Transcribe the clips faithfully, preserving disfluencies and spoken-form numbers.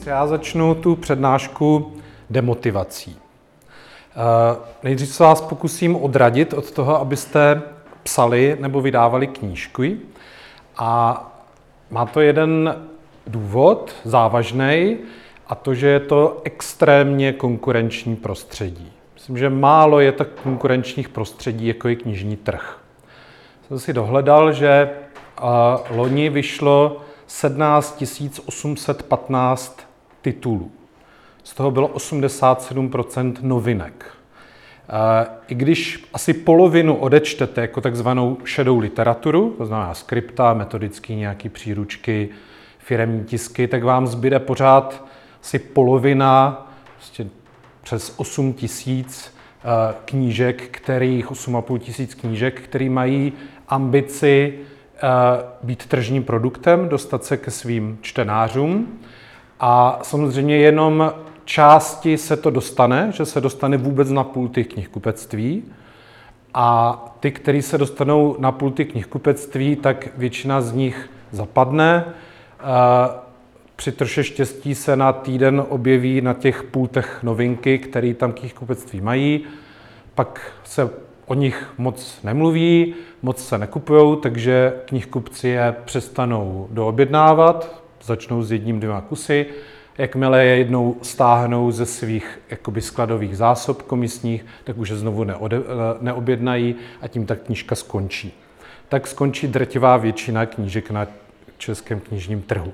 Já začnu tu přednášku demotivací. Nejdřív se vás pokusím odradit od toho, abyste psali nebo vydávali knížky. A má to jeden důvod, závažný, a to, že je to extrémně konkurenční prostředí. Myslím, že málo je tak konkurenčních prostředí, jako je knižní trh. Jsem si dohledal, že loni vyšlo sedmnáct tisíc osm set patnáct titulů. Z toho bylo osmdesát sedm procent novinek. I když asi polovinu odečtete jako takzvanou šedou literaturu, to znamená skripta, metodické nějaké příručky, firemní tisky, tak vám zbyde pořád asi polovina, prostě přes osm tisíc knížek, kterých, osm a půl tisíc knížek, které mají ambici být tržním produktem, dostat se ke svým čtenářům. A samozřejmě jenom části se to dostane, že se dostane vůbec na pulty knihkupectví. A ty, kteří se dostanou na pulty knihkupectví, tak většina z nich zapadne. Při troše štěstí se na týden objeví na těch pultech novinky, které tam knihkupectví mají. Pak se o nich moc nemluví, moc se nekupujou, takže knihkupci je přestanou doobjednávat, začnou s jedním, dvěma kusy. Jakmile je jednou stáhnou ze svých jakoby skladových zásob komisních, tak už je znovu neode, neobjednají a tím ta knížka skončí. Tak skončí drtivá většina knížek na českém knižním trhu.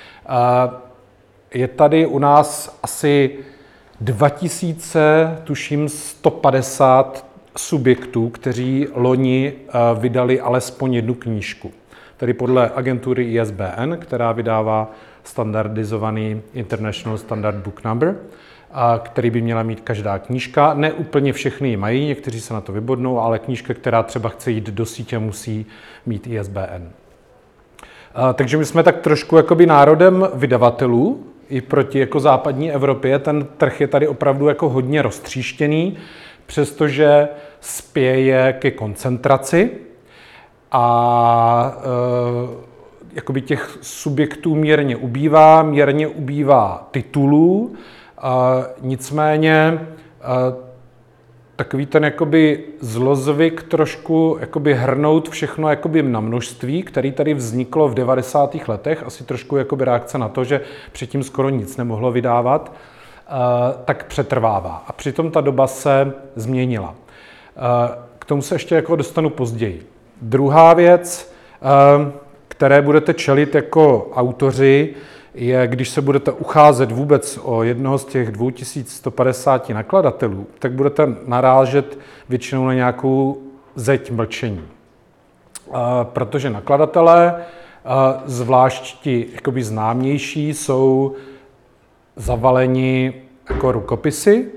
Je tady u nás asi dva tisíce, tuším sto padesát subjektů, kteří loni vydali alespoň jednu knížku. Tedy podle agentury I S B N, která vydává standardizovaný International Standard Book Number, který by měla mít každá knížka. Ne úplně všechny ji mají, někteří se na to vybodnou, ale knížka, která třeba chce jít do sítě, musí mít I S B N. Takže my jsme tak trošku jakoby národem vydavatelů i proti jako západní Evropě. Ten trh je tady opravdu jako hodně roztříštěný, přestože spěje ke koncentraci a e, jakoby těch subjektů mírně ubývá, mírně ubývá titulů, e, nicméně e, takový ten jakoby zlozvyk trošku jakoby hrnout všechno jakoby na množství, který tady vzniklo v devadesátých letech, asi trošku jakoby reakce na to, že předtím skoro nic nemohlo vydávat, tak přetrvává. A přitom ta doba se změnila. K tomu se ještě jako dostanu později. Druhá věc, které budete čelit jako autoři, je, když se budete ucházet vůbec o jednoho z těch dva tisíce sto padesát nakladatelů, tak budete narážet většinou na nějakou zeď mlčení. Protože nakladatelé, zvlášť ti jakoby známější, jsou zavaleni jako rukopisy.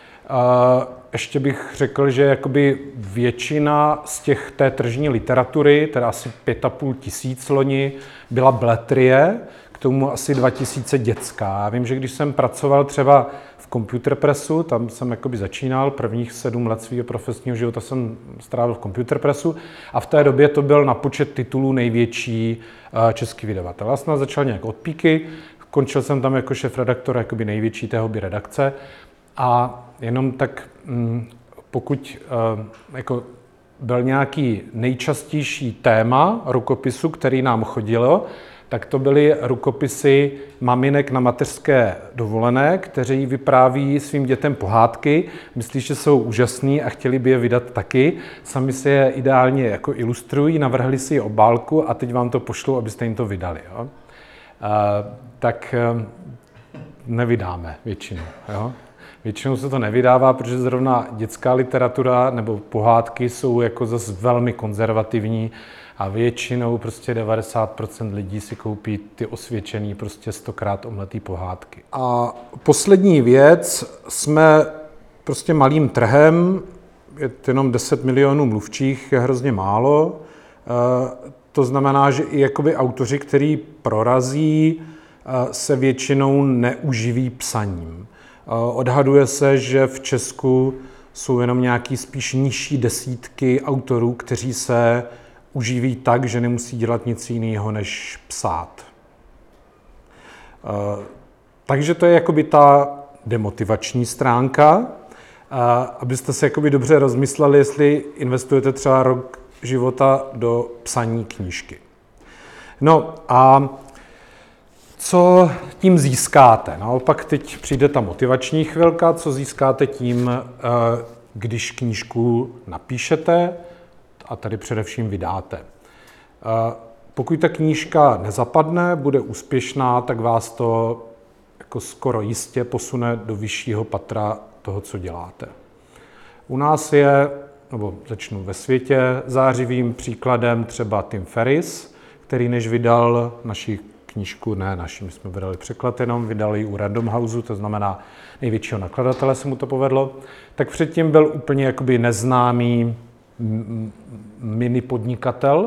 Ještě bych řekl, že jakoby většina z těch té tržní literatury, teda asi pět a půl tisíc loni, byla beletrie, k tomu asi dva tisíce dětská. Já vím, že když jsem pracoval třeba v Computer Pressu, tam jsem jakoby začínal, prvních sedm let svého profesního života jsem strávil v Computer Pressu a v té době to byl na počet titulů největší český vydavatel. Já jsem začal nějak od píky, končil jsem tam jako šéfredaktor jakoby největší té hobby redakce a jenom tak, pokud jako byl nějaký nejčastější téma rukopisu, který nám chodilo, tak to byly rukopisy maminek na mateřské dovolené, kteří vypráví svým dětem pohádky, myslí, že jsou úžasný a chtěli by je vydat taky. Sami si je ideálně jako ilustrují, navrhli si je obálku a teď vám to pošlou, abyste jim to vydali. Jo? Tak nevydáme většinou. Jo? Většinou se to nevydává, protože zrovna dětská literatura nebo pohádky jsou jako zase velmi konzervativní a většinou prostě devadesát procent lidí si koupí ty osvědčený prostě stokrát omletý pohádky. A poslední věc, jsme prostě malým trhem, je jenom deset milionů mluvčích, je hrozně málo. To znamená, že i jakoby autoři, který prorazí, se většinou neuživí psaním. Odhaduje se, že v Česku jsou jenom nějaký spíš nižší desítky autorů, kteří se uživí tak, že nemusí dělat nic jiného, než psát. takže to je jakoby ta demotivační stránka, a abyste se jakoby dobře rozmysleli, jestli investujete třeba rok života do psaní knížky. No a co tím získáte? Naopak teď přijde ta motivační chvilka, co získáte tím, když knížku napíšete a tady především vydáte. Pokud ta knížka nezapadne, bude úspěšná, tak vás to jako skoro jistě posune do vyššího patra toho, co děláte. U nás je, nebo začnu ve světě, zářivým příkladem třeba Tim Ferriss, který než vydal naši knížku, ne naši, my jsme vydali překlad jenom, vydali ji u Random Houseu, to znamená největšího nakladatele se mu to povedlo, tak předtím byl úplně jakoby neznámý mini podnikatel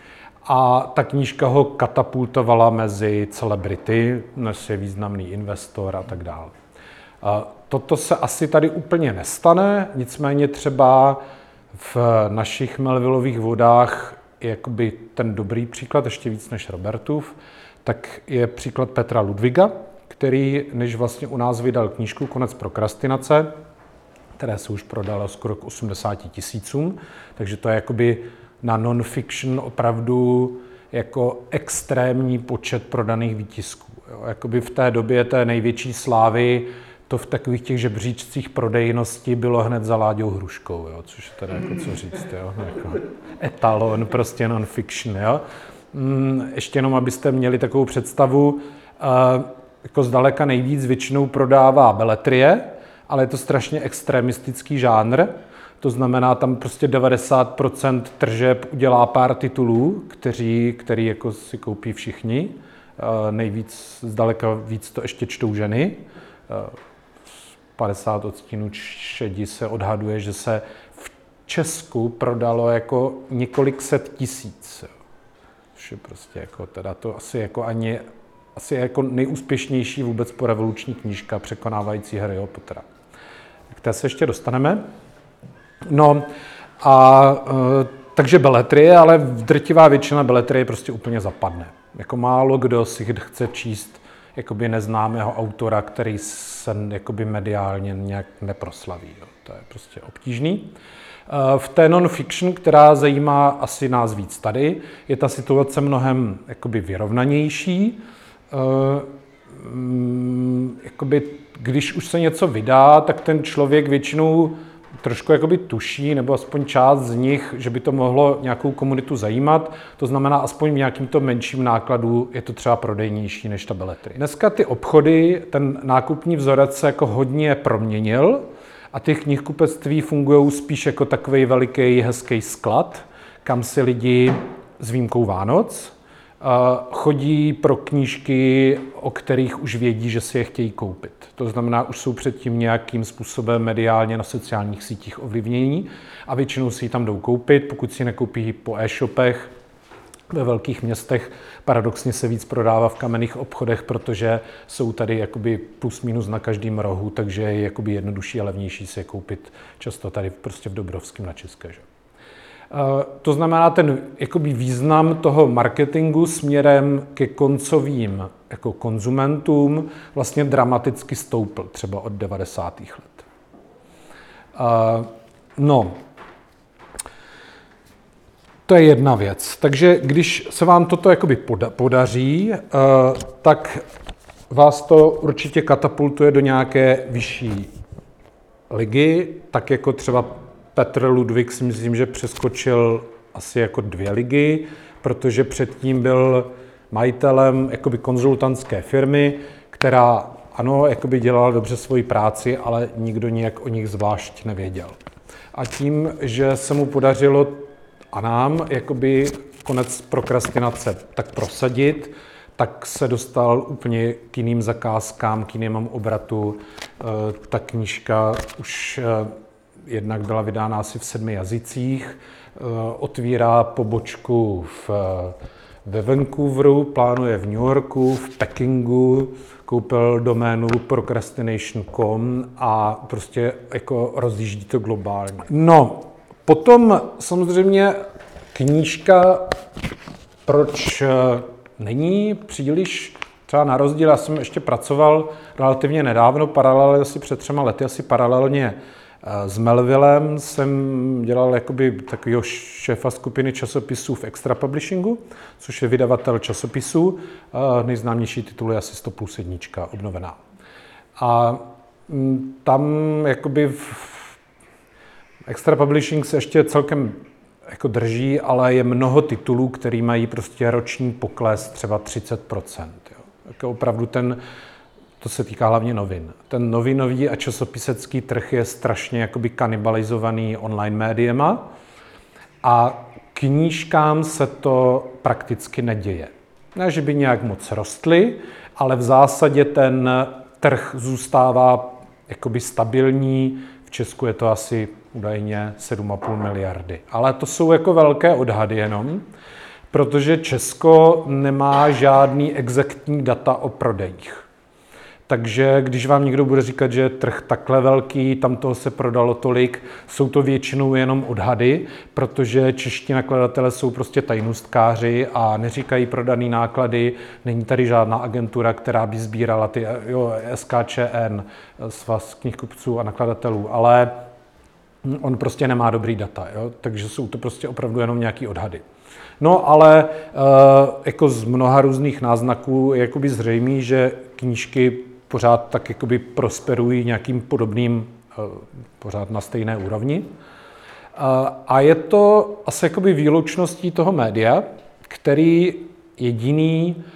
a ta knížka ho katapultovala mezi celebrity, dnes je významný investor a tak dále. Toto se asi tady úplně nestane, nicméně třeba v našich Melvillových vodách je jakoby ten dobrý příklad, ještě víc než Robertův, tak je příklad Petra Ludwiga, který, než vlastně u nás vydal knížku Konec prokrastinace, které se už prodalo skoro k osmdesáti tisícům, takže to je jakoby na non-fiction opravdu jako extrémní počet prodaných výtisků. Jo. Jakoby v té době té největší slávy to v takových těch žebříčcích prodejnosti bylo hned za Láďou Hruškou, jo, což je teda jako co říct, jo, jako etalon, prostě non-fiction, jo. Mm, ještě jenom, abyste měli takovou představu, uh, jako zdaleka nejvíc většinou prodává beletrie, ale je to strašně extremistický žánr, to znamená, tam prostě devadesát procent tržeb udělá pár titulů, kteří, který jako si koupí všichni, uh, nejvíc, zdaleka víc to ještě čtou ženy, uh, padesát odstínů šedi se odhaduje, že se v Česku prodalo jako několik set tisíc. Což je prostě jako teda to asi jako ani asi jako nejúspěšnější vůbec porevoluční knížka překonávající Harryho Pottera. K té se ještě dostaneme. No a e, takže beletrie, ale drtivá většina beletrie prostě úplně zapadne. Jako málo kdo si chce číst jakoby neznámého autora, který se jakoby mediálně nějak neproslaví. Jo. To je prostě obtížný. V té non-fiction, která zajímá asi nás víc tady, je ta situace mnohem jakoby vyrovnanější. Jakoby, když už se něco vydá, tak ten člověk většinou trošku jakoby tuší, nebo aspoň část z nich, že by to mohlo nějakou komunitu zajímat. To znamená, aspoň v nějakým to menším nákladu je to třeba prodejnější než ta beletrie. Dneska ty obchody, ten nákupní vzorec se jako hodně proměnil a ty knihkupectví fungují spíš jako takový veliký, hezký sklad, kam si lidi s výjimkou Vánoc chodí pro knížky, o kterých už vědí, že si je chtějí koupit. To znamená, už jsou předtím nějakým způsobem mediálně na sociálních sítích ovlivnění a většinou si ji tam jdou koupit. Pokud si ji nekoupí po e-shopech, ve velkých městech paradoxně se víc prodává v kamenných obchodech, protože jsou tady jakoby plus minus na každém rohu, takže je jakoby jednodušší a levnější si je koupit často tady prostě v Dobrovském na České. Že? To znamená, ten jakoby význam toho marketingu směrem ke koncovým jako konzumentům vlastně dramaticky stoupl, třeba od devadesátých let. No, to je jedna věc. Takže když se vám toto jakoby podaří, tak vás to určitě katapultuje do nějaké vyšší ligy, tak jako třeba Petr Ludwig si myslím, že přeskočil asi jako dvě ligy, protože předtím byl majitelem jakoby konzultantské firmy, která ano, jakoby dělala dobře svoji práci, ale nikdo nijak o nich zvlášť nevěděl. A tím, že se mu podařilo a nám jakoby konec prokrastinace tak prosadit, tak se dostal úplně k jiným zakázkám, k jinému obratu. Ta knížka už jednak byla vydána asi v sedmi jazycích, otvírá pobočku v, ve Vancouveru, plánuje v New Yorku, v Pekingu, koupil doménu procrastination tečka com a prostě jako rozjíždí to globálně. No, potom samozřejmě knížka, proč není příliš Třeba na rozdíl, já jsem ještě pracoval relativně nedávno, paralelně asi před třema lety, asi paralelně s Melvillem jsem dělal jakoby takového šéfa skupiny časopisů v Extra Publishingu, což je vydavatel časopisů. Nejznámější titul je asi sto plus jednička obnovená. A tam jakoby v Extra Publishing se ještě celkem jako drží, ale je mnoho titulů, který mají prostě roční pokles třeba třicet procent. Jo. Jako opravdu ten, to se týká hlavně novin. Ten novinový a časopisecký trh je strašně jakoby kanibalizovaný online médiema a knížkám se to prakticky neděje. Ne, že by nějak moc rostly, ale v zásadě ten trh zůstává jakoby stabilní. V Česku je to asi údajně sedm a půl miliardy. Ale to jsou jako velké odhady jenom, protože Česko nemá žádný exaktní data o prodejích. Takže když vám někdo bude říkat, že je trh takhle velký, tam toho se prodalo tolik, jsou to většinou jenom odhady, protože čeští nakladatelé jsou prostě tajnůstkáři a neříkají prodaný náklady. Není tady žádná agentura, která by sbírala ty, jo, S K Č N, Svaz knihkupců a nakladatelů, ale on prostě nemá dobrý data, jo? Takže jsou to prostě opravdu jenom nějaký odhady. No ale e, jako z mnoha různých náznaků je jakoby zřejmý, že knížky pořád tak jakoby prosperují nějakým podobným, e, pořád na stejné úrovni. E, a je to asi jakoby výlučností toho média, který jediný e,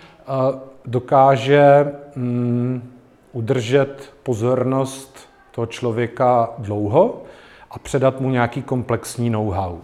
dokáže mm, udržet pozornost toho člověka dlouho a předat mu nějaký komplexní know-how.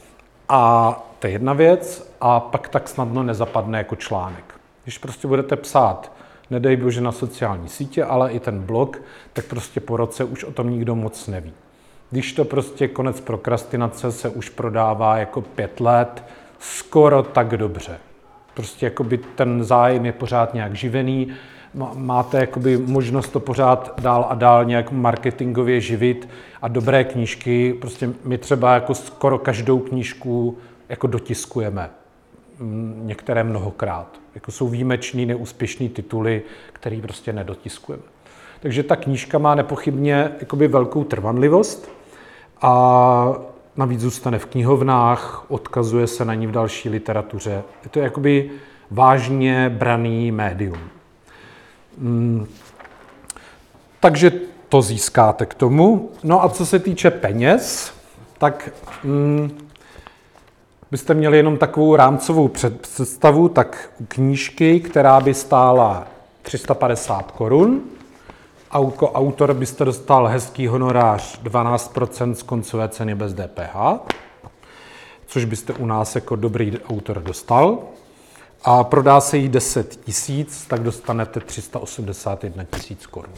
A to je jedna věc a pak tak snadno nezapadne jako článek. Když prostě budete psát, nedej bože na sociální sítě, ale i ten blog, tak prostě po roce už o tom nikdo moc neví. Když to prostě konec prokrastinace se už prodává jako pět let, skoro tak dobře. Prostě jakoby ten zájem je pořád nějak živený, máte jakoby možnost to pořád dál a dál nějak marketingově živit a dobré knížky, prostě my třeba jako skoro každou knížku jako dotiskujeme, některé mnohokrát. Jako jsou výjimečný, neúspěšný tituly, který prostě nedotiskujeme. Takže ta knížka má nepochybně jakoby velkou trvanlivost a navíc zůstane v knihovnách, odkazuje se na ní v další literatuře. Je to jakoby vážně braný médium. Hmm. Takže to získáte k tomu. No a co se týče peněz, tak hmm, byste měli jenom takovou rámcovou představu, tak u knížky, která by stála tři sta padesát korun, a jako autor byste dostal hezký honorář dvanáct procent z koncové ceny bez D P H, což byste u nás jako dobrý autor dostal. A prodá se jí deset tisíc, tak dostanete tři sta osmdesát jedna tisíc korun.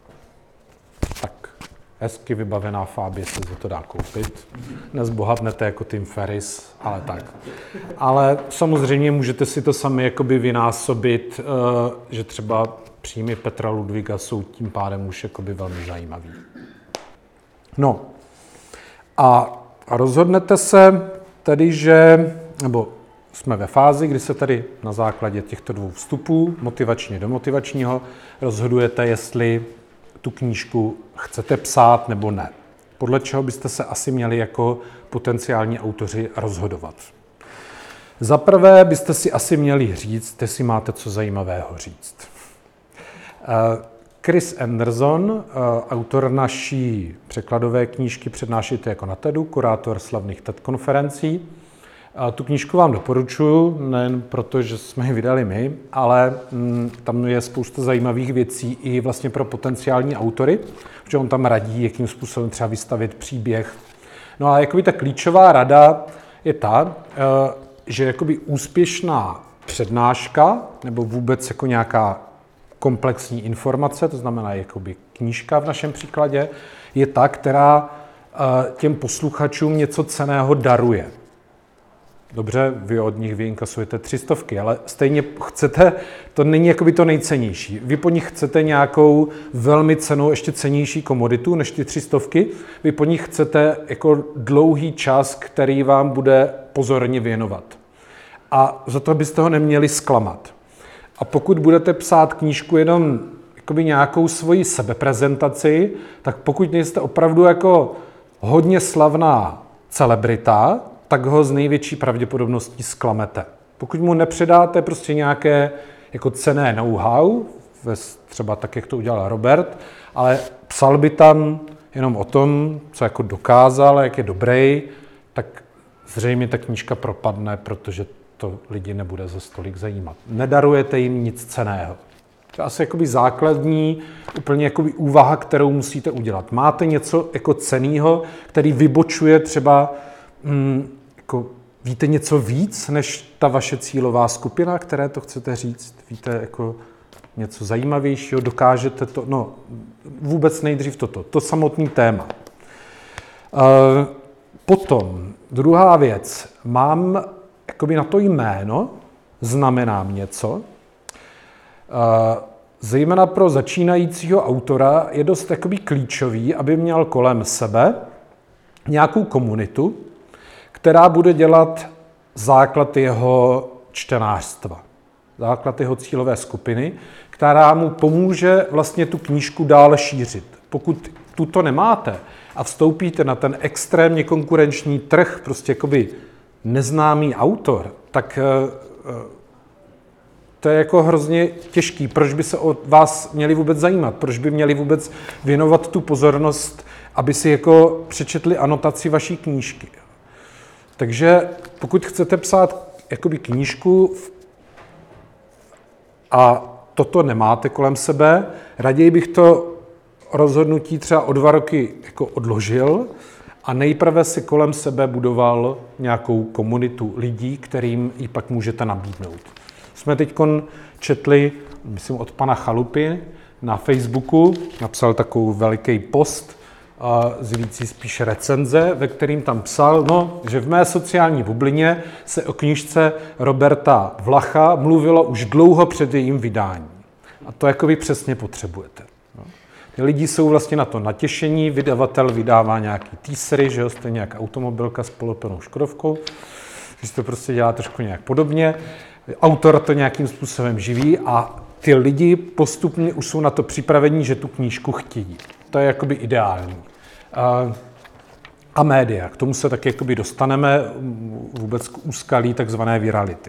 Tak, hezky vybavená Fábie se za to dá koupit. Nezbohatnete jako Tim Ferriss, ale tak. Ale samozřejmě můžete si to sami jakoby vynásobit, že třeba příjmy Petra Ludwiga jsou tím pádem už jakoby velmi zajímavý. No a rozhodnete se tedy, že, nebo jsme ve fázi, kdy se tady na základě těchto dvou vstupů, motivačně do motivačního, rozhodujete, jestli tu knížku chcete psát nebo ne. Podle čeho byste se asi měli jako potenciální autoři rozhodovat. Za prvé byste si asi měli říct, jestli máte co zajímavého říct. Chris Anderson, autor naší překladové knížky Přednášejte jako na TEDu, kurátor slavných TED konferencí. Tu knížku vám doporučuji, nejen proto, že jsme ji vydali my, ale tam je spousta zajímavých věcí i vlastně pro potenciální autory, protože on tam radí, jakým způsobem třeba vystavit příběh. No a jakoby ta klíčová rada je ta, že jakoby úspěšná přednáška nebo vůbec jako nějaká komplexní informace, to znamená jakoby knížka v našem příkladě, je ta, která těm posluchačům něco cenného daruje. Dobře, vy od nich vyinkasujete tři stovky, ale stejně chcete, to není jakoby to nejcennější. Vy po nich chcete nějakou velmi cennou, ještě cennější komoditu než ty tři stovky. Vy po nich chcete jako dlouhý čas, který vám bude pozorně věnovat. A za to byste ho neměli zklamat. A pokud budete psát knížku jenom jakoby nějakou svoji sebeprezentaci, tak pokud nejste opravdu jako hodně slavná celebrita, tak ho z největší pravděpodobností zklamete. Pokud mu nepředáte prostě nějaké jako cenné know-how, třeba tak, jak to udělal Robert, ale psal by tam jenom o tom, co jako dokázal, jak je dobrý, tak zřejmě ta knížka propadne, protože to lidi nebude za stolik zajímat. Nedarujete jim nic cenného. To je asi jakoby základní úplně jakoby úvaha, kterou musíte udělat. Máte něco jako cenného, který vybočuje třeba, hm, jako, víte něco víc, než ta vaše cílová skupina, které to chcete říct? Víte jako něco zajímavějšího, dokážete to, no vůbec nejdřív toto, to samotný téma. E, potom, druhá věc, mám jakoby na to jméno, znamenám něco. E, zejména pro začínajícího autora je dost jakoby klíčový, aby měl kolem sebe nějakou komunitu, která bude dělat základ jeho čtenářstva, základ jeho cílové skupiny, která mu pomůže vlastně tu knížku dále šířit. Pokud tuto nemáte a vstoupíte na ten extrémně konkurenční trh, prostě jakoby neznámý autor, tak to je jako hrozně těžký. Proč by se o vás měli vůbec zajímat? Proč by měli vůbec věnovat tu pozornost, aby si jako přečetli anotaci vaší knížky? Takže pokud chcete psát jakoby knížku a toto nemáte kolem sebe, raději bych to rozhodnutí třeba o dva roky jako odložil a nejprve si kolem sebe budoval nějakou komunitu lidí, kterým ji pak můžete nabídnout. Jsme teď četli, myslím, od pana Chalupy na Facebooku, napsal takový veliký post, zvící spíš recenze, ve kterým tam psal, no, že v mé sociální bublině se o knížce Roberta Vlacha mluvilo už dlouho před jejím vydáním. A to jako vy přesně potřebujete. No. Ty lidi jsou vlastně na to natěšení, vydavatel vydává nějaký teasery, že jo, stejně jak automobilka s poloplnou škodovkou, když to prostě dělá trošku nějak podobně. Autor to nějakým způsobem živí a ty lidi postupně už jsou na to připravení, že tu knížku chtějí. To je jakoby ideální. A média, k tomu se taky jakoby dostaneme vůbec k úskalí takzvané virality.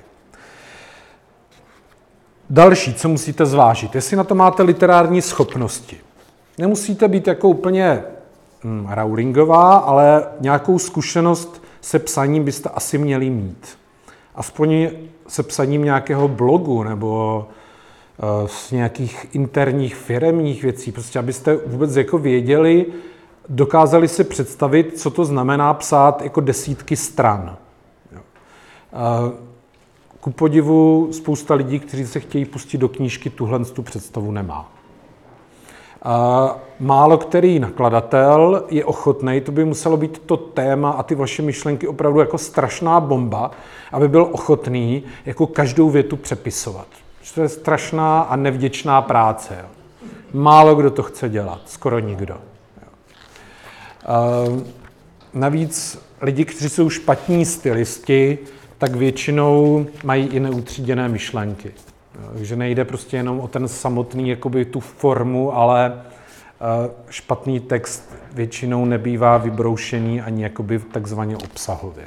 Další, co musíte zvážit, jestli na to máte literární schopnosti. Nemusíte být jako úplně hm, Rowlingová, ale nějakou zkušenost se psaním byste asi měli mít. Aspoň se psaním nějakého blogu nebo uh, z nějakých interních firemních věcí, prostě abyste vůbec jako věděli, dokázali si představit, co to znamená psát jako desítky stran. Jo. Uh, ku podivu spousta lidí, kteří se chtějí pustit do knížky, tuhle tu představu nemá. Uh, málo který nakladatel je ochotný, to by muselo být to téma a ty vaše myšlenky opravdu jako strašná bomba, aby byl ochotný jako každou větu přepisovat. To je strašná a nevděčná práce. Jo. Málo kdo to chce dělat, skoro nikdo. Jo. Uh, navíc lidi, kteří jsou špatní stylisti, tak většinou mají i neutříděné myšlenky. Takže nejde prostě jenom o ten samotný, jakoby tu formu, ale špatný text většinou nebývá vybroušený ani jakoby takzvaně obsahově.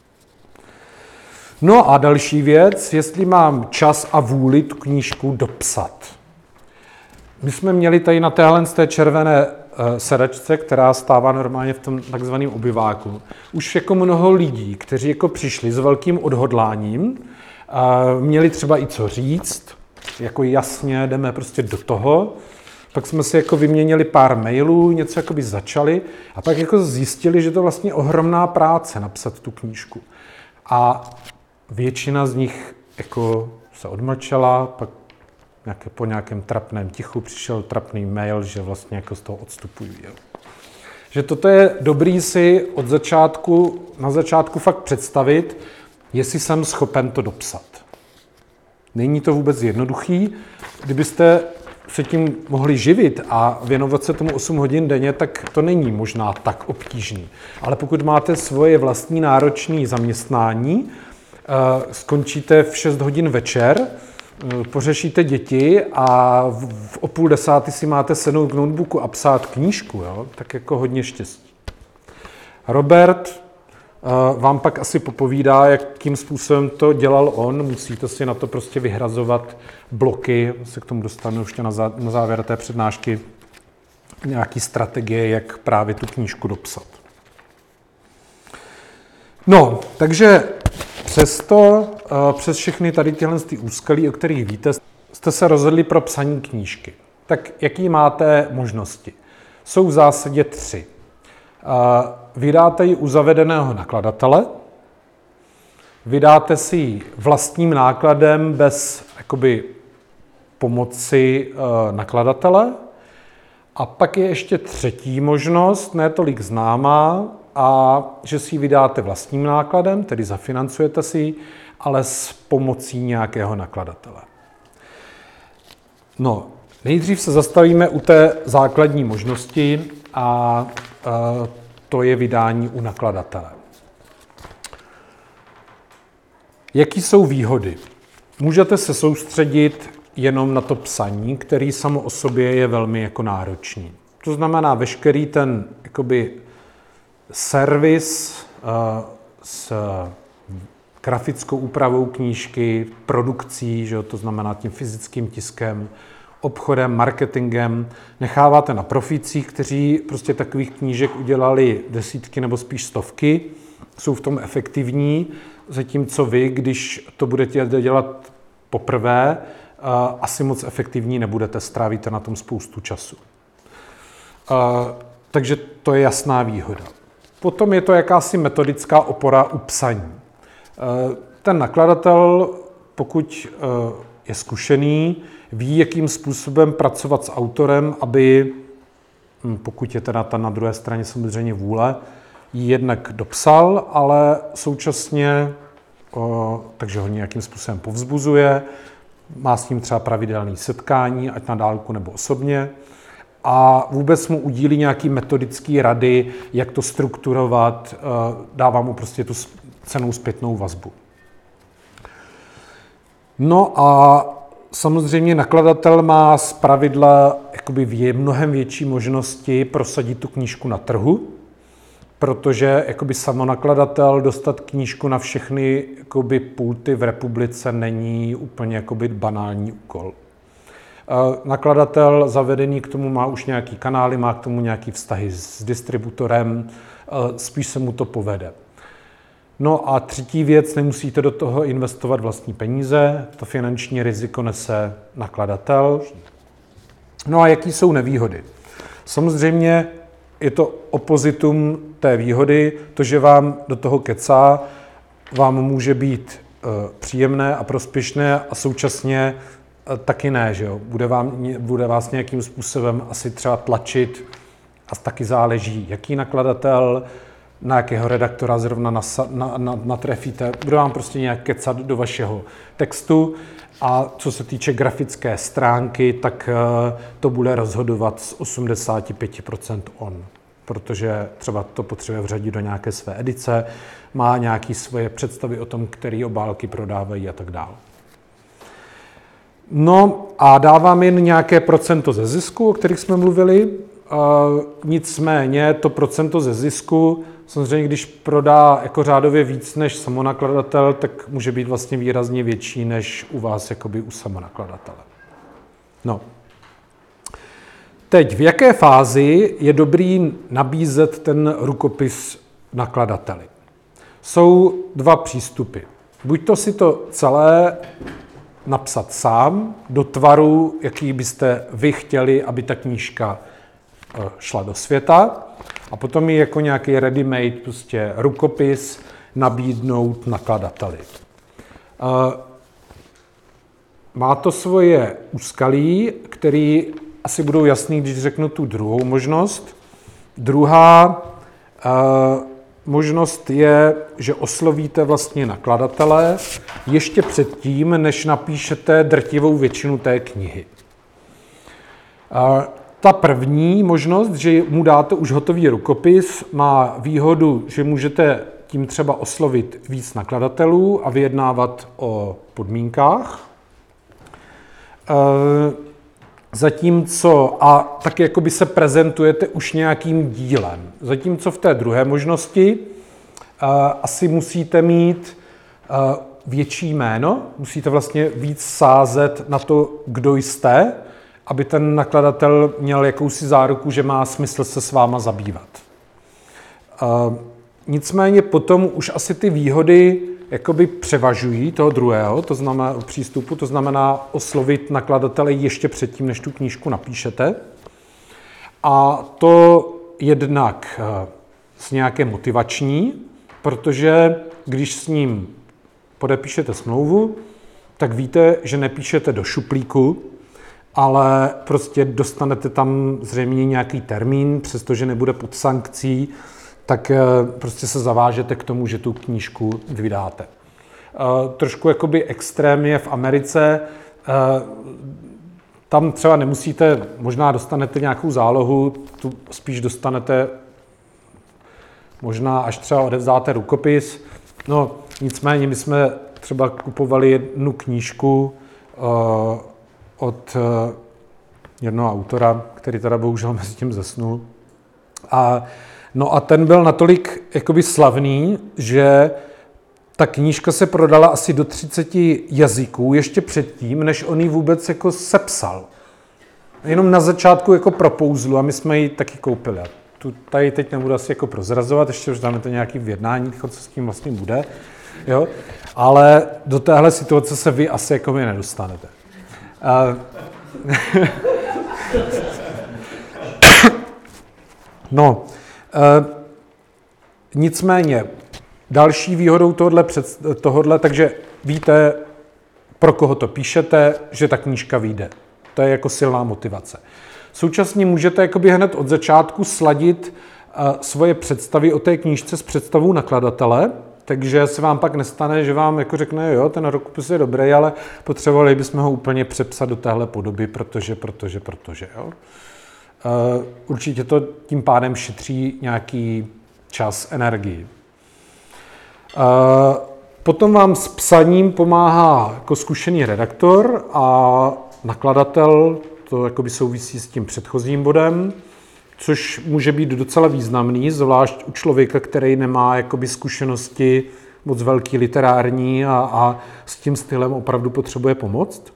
No a další věc, jestli mám čas a vůli tu knížku dopsat. My jsme měli tady na téhle z té červené sedačce, která stává normálně v tom takzvaném obyváku, už jako mnoho lidí, kteří jako přišli s velkým odhodláním, měli třeba i co říct, jako jasně jdeme prostě do toho, pak jsme si jako vyměnili pár mailů, něco jakoby začali a pak jako zjistili, že to vlastně ohromná práce napsat tu knížku. A většina z nich jako se odmlčela, pak nějaké, po nějakém trapném tichu přišel trapný mail, že vlastně jako z toho odstupují. Jo. Že toto je dobrý si od začátku, na začátku fakt představit, jestli jsem schopen to dopsat. Není to vůbec jednoduchý. Kdybyste se tím mohli živit a věnovat se tomu osm hodin denně, tak to není možná tak obtížný. Ale pokud máte svoje vlastní náročné zaměstnání, skončíte v šest hodin večer, pořešíte děti a v o půl desáté si máte sednout k notebooku a psát knížku, jo? Tak jako hodně štěstí. Robert vám pak asi popovídá, jakým způsobem to dělal on. Musíte si na to prostě vyhrazovat bloky. Se k tomu dostanu ještě na, zá, na závěr té přednášky. Nějaký strategie, jak právě tu knížku dopsat. No, takže přesto, přes všechny tady tyhle ty úskalí, o kterých víte, jste se rozhodli pro psaní knížky. Tak jaký máte možnosti? Jsou v zásadě tři. Vydáte ji u zavedeného nakladatele, vydáte si ji vlastním nákladem bez jakoby, pomoci e, nakladatele. A pak je ještě třetí možnost, ne tolik známá, a že si ji vydáte vlastním nákladem, tedy zafinancujete si ji, ale s pomocí nějakého nakladatele. No, nejdřív se zastavíme u té základní možnosti a e, to je vydání u nakladatele. Jaký jsou výhody? Můžete se soustředit jenom na to psaní, který samo o sobě je velmi jako náročný. To znamená veškerý ten jakoby servis uh, s grafickou úpravou knížky, produkcí, že jo, to znamená tím fyzickým tiskem, obchodem, marketingem, necháváte na profících, kteří prostě takových knížek udělali desítky nebo spíš stovky, jsou v tom efektivní, zatímco vy, když to budete dělat poprvé, asi moc efektivní nebudete, strávíte na tom spoustu času. Takže to je jasná výhoda. Potom je to jakási metodická opora u psaní. Ten nakladatel, pokud je zkušený, ví, jakým způsobem pracovat s autorem, aby, pokud je teda ta na druhé straně samozřejmě vůle, ji jednak dopsal, ale současně, o, takže ho nějakým způsobem povzbuzuje, má s ním třeba pravidelné setkání, ať na dálku nebo osobně, a vůbec mu udílí nějaký metodický rady, jak to strukturovat, dává mu prostě tu cennou zpětnou vazbu. No a samozřejmě nakladatel má zpravidla jakoby mnohem větší možnosti prosadit tu knížku na trhu, protože jakoby samonakladatel dostat knížku na všechny jakoby pulty v republice není úplně jakoby banální úkol. Nakladatel zavedený k tomu má už nějaký kanály, má k tomu nějaký vztahy s distributorem, spíš se mu to povede. No a třetí věc, nemusíte do toho investovat vlastní peníze, to finanční riziko nese nakladatel. No a jaký jsou nevýhody? Samozřejmě je to opozitum té výhody, to, že vám do toho kecá, vám může být e, příjemné a prospěšné a současně e, taky ne, že jo? Bude, vám, bude vás nějakým způsobem asi třeba tlačit a taky záleží, jaký nakladatel, na jakého redaktora zrovna natrefíte, na, na, natrefíte, bude vám prostě nějak kecat do vašeho textu a co se týče grafické stránky, tak to bude rozhodovat z osmdesát pět procent on, protože třeba to potřebuje vřadit do nějaké své edice, má nějaké svoje představy o tom, které obálky prodávají a tak dále. No a dávám jen nějaké procento ze zisku, o kterých jsme mluvili, nicméně to procento ze zisku, samozřejmě, když prodá jako řádově víc než samonakladatel, tak může být vlastně výrazně větší než u vás jakoby u samonakladatele. No. Teď, v jaké fázi je dobrý nabízet ten rukopis nakladateli? Jsou dva přístupy. Buď to si to celé napsat sám, do tvaru, jaký byste vy chtěli, aby ta knížka šla do světa, a potom ji jako nějaký ready-made prostě rukopis nabídnout nakladateli. Má to svoje úskalí, které asi budou jasný, když řeknu tu druhou možnost. Druhá možnost je, že oslovíte vlastně nakladatele ještě předtím, než napíšete drtivou většinu té knihy. Ta první možnost, že mu dáte už hotový rukopis, má výhodu, že můžete tím třeba oslovit víc nakladatelů a vyjednávat o podmínkách. Zatímco, a taky jakoby se prezentujete už nějakým dílem. Zatímco v té druhé možnosti asi musíte mít větší jméno, musíte vlastně víc sázet na to, kdo jste, aby ten nakladatel měl jakousi záruku, že má smysl se s váma zabývat. Nicméně potom už asi ty výhody jakoby převažují toho druhého, to znamená přístupu, to znamená oslovit nakladatele ještě předtím, než tu knížku napíšete. A to jednak z nějaké motivační, protože když s ním podepíšete smlouvu, tak víte, že nepíšete do šuplíku, ale prostě dostanete tam zřejmě nějaký termín, přestože nebude pod sankcí, tak prostě se zavážete k tomu, že tu knížku vydáte. Trošku jakoby extrém je v Americe. Tam třeba nemusíte, možná dostanete nějakou zálohu, tu spíš dostanete, možná až třeba odevzdáte rukopis. No, nicméně my jsme třeba kupovali jednu knížku od jednoho autora, který teda bohužel mezi tím zesnul. A No a ten byl natolik jakoby slavný, že ta knížka se prodala asi do třiceti jazyků ještě předtím, než on ji vůbec jako sepsal. Jenom na začátku jako pro pouzlu a my jsme ji taky koupili. Tu tady teď nebudu asi jako prozrazovat, ještě už dáme to nějaký vyjednání, co s tím vlastně bude. Jo? Ale do téhle situace se vy asi jako mě nedostanete. No, E, nicméně, další výhodou tohodle, před, tohodle, takže víte, pro koho to píšete, že ta knížka vyjde. To je jako silná motivace. Současně můžete jakoby hned od začátku sladit e, svoje představy o té knížce s představou nakladatele, takže se vám pak nestane, že vám jako řekne, jo, ten rukopis je dobrý, ale potřebovali bychom ho úplně přepsat do téhle podoby, protože, protože, protože, jo. Uh, určitě to tím pádem šetří nějaký čas, energii. Uh, potom vám s psaním pomáhá jako zkušený redaktor a nakladatel, to jakoby souvisí s tím předchozím bodem, což může být docela významný, zvlášť u člověka, který nemá jakoby zkušenosti moc velký literární a, a s tím stylem opravdu potřebuje pomoct.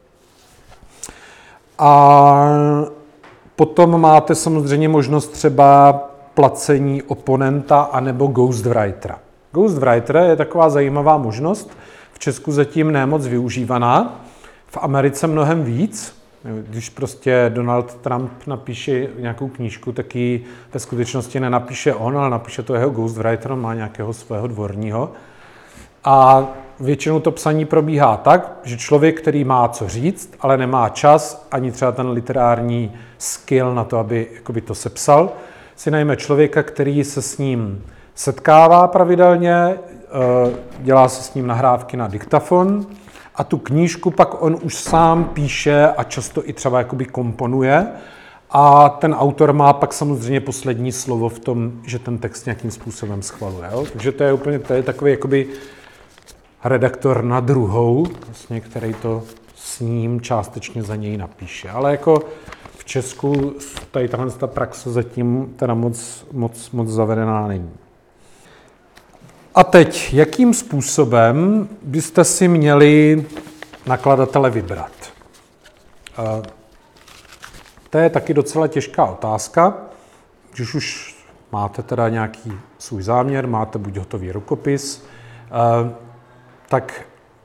A potom máte samozřejmě možnost třeba placení oponenta anebo ghostwritera. Ghostwriter je taková zajímavá možnost, v Česku zatím nemoc využívaná, v Americe mnohem víc. Když prostě Donald Trump napíše nějakou knížku, tak ji ve skutečnosti nenapíše on, ale napíše to jeho ghostwriter, má nějakého svého dvorního. A většinou to psaní probíhá tak, že člověk, který má co říct, ale nemá čas, ani třeba ten literární skill na to, aby jakoby to sepsal, si najme člověka, který se s ním setkává pravidelně, dělá se s ním nahrávky na diktafon a tu knížku pak on už sám píše a často i třeba jakoby komponuje a ten autor má pak samozřejmě poslední slovo v tom, že ten text nějakým způsobem schvaluje. Jo? Takže to je úplně, to je takový jakoby redaktor na druhou, vlastně, který to s ním částečně za něj napíše. Ale jako v Česku tady tahle ta praxe zatím teda moc, moc, moc zavedená není. A teď, jakým způsobem byste si měli nakladatele vybrat? To je taky docela těžká otázka. Když už máte teda nějaký svůj záměr, máte buď hotový rukopis, tak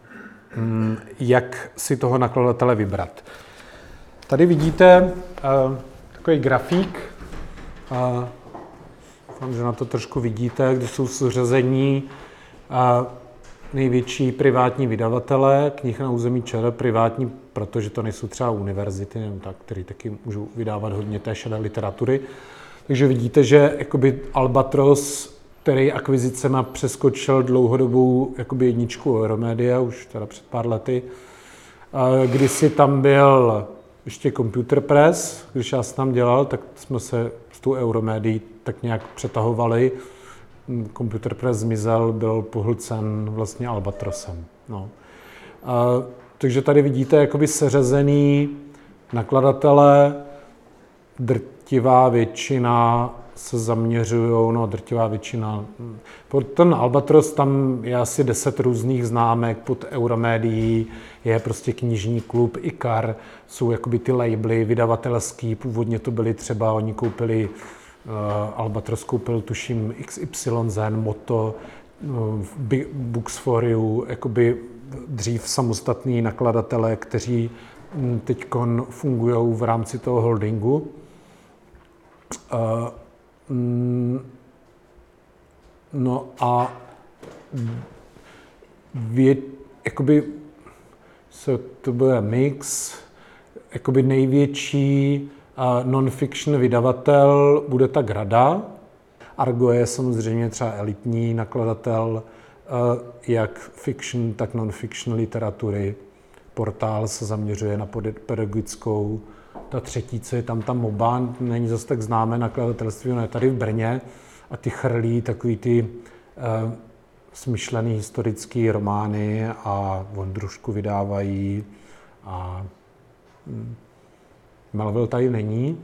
jak si toho nakladatele vybrat. Tady vidíte takový grafík. Doufám, že na to trošku vidíte, kde jsou seřazení největší privátní vydavatelé, knih na území ČR, privátní, protože to nejsou třeba univerzity, nebo tak, které taky můžou vydávat hodně té šedé literatury. Takže vidíte, že jakoby Albatros, který akvizicema přeskočil dlouhodobou jakoby jedničku Euromedia, už teda před pár lety. Kdysi tam byl ještě Computer Press, když já jsem tam dělal, tak jsme se s tou Euromedií tak nějak přetahovali. Computer Press zmizel, byl pohlcen vlastně Albatrosem. No. Takže tady vidíte jakoby seřazený nakladatele, drtivá většina se zaměřují, no drtivá většina. Ten Albatros, tam je asi deset různých známek pod Euromédií, je prostě knižní klub, Ikar, jsou jakoby ty labely vydavatelský, původně to byly třeba, oni koupili, uh, Albatros koupil tuším X Y Z, Moto, uh, Books for You, jakoby dřív samostatní nakladatelé, kteří teď fungují v rámci toho holdingu. Uh, No a vě, jakoby se to bude mix, jakoby největší uh, non-fiction vydavatel bude ta Grada. Argo je samozřejmě třeba elitní nakladatel, uh, jak fiction, tak non-fiction literatury. Portál se zaměřuje na pedagogickou. Ta třetí, co je tam ta Moba, není zase tak známé nakladatelství, ono je tady v Brně a ty chrlí takový ty uh, smyšlený historický romány a Vondrušku vydávají a hm, Melville tady není.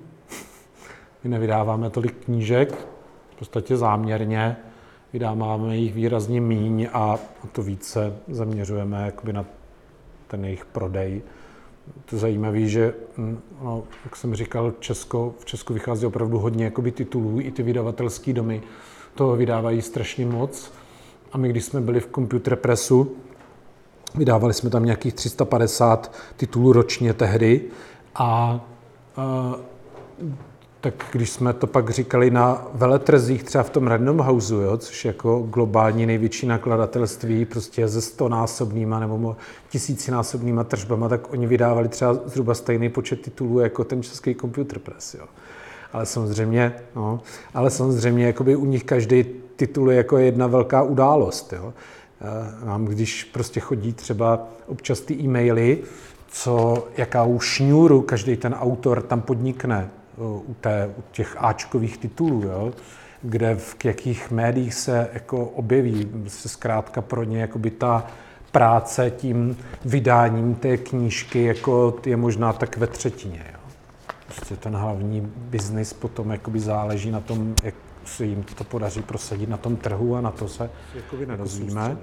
My nevydáváme tolik knížek, v podstatě záměrně, vydáváme jich výrazně míň a to více zaměřujeme jakoby na ten jejich prodej. To je zajímavé, že, no, jak jsem říkal, Česko, v Česku vychází opravdu hodně jakoby titulů, i ty vydavatelské domy toho vydávají strašně moc. A my, když jsme byli v Computer Pressu, vydávali jsme tam nějakých tři sta padesát titulů ročně tehdy a, a tak když jsme to pak říkali na veletrzích, třeba v tom Random Houseu, jo, což je jako globální největší nakladatelství, prostě se stonásobnýma nebo tisícinásobnýma tržbama, tak oni vydávali třeba zhruba stejný počet titulů jako ten český Computer Press. Jo. Ale samozřejmě, no, ale samozřejmě jakoby u nich každý titul je jako jedna velká událost. Jo. Nám, když prostě chodí třeba občas ty e-maily, co, jakou šňůru každý ten autor tam podnikne, U, té, u těch áčkových titulů, jo, kde v jakých médiích se jako objeví, se zkrátka pro ně jakoby ta práce tím vydáním té knížky jako je možná tak ve třetině. Jo. Prostě ten hlavní biznis potom jakoby záleží na tom, jak se jim to podaří prosadit na tom trhu a na to se jakoby nedozvíme.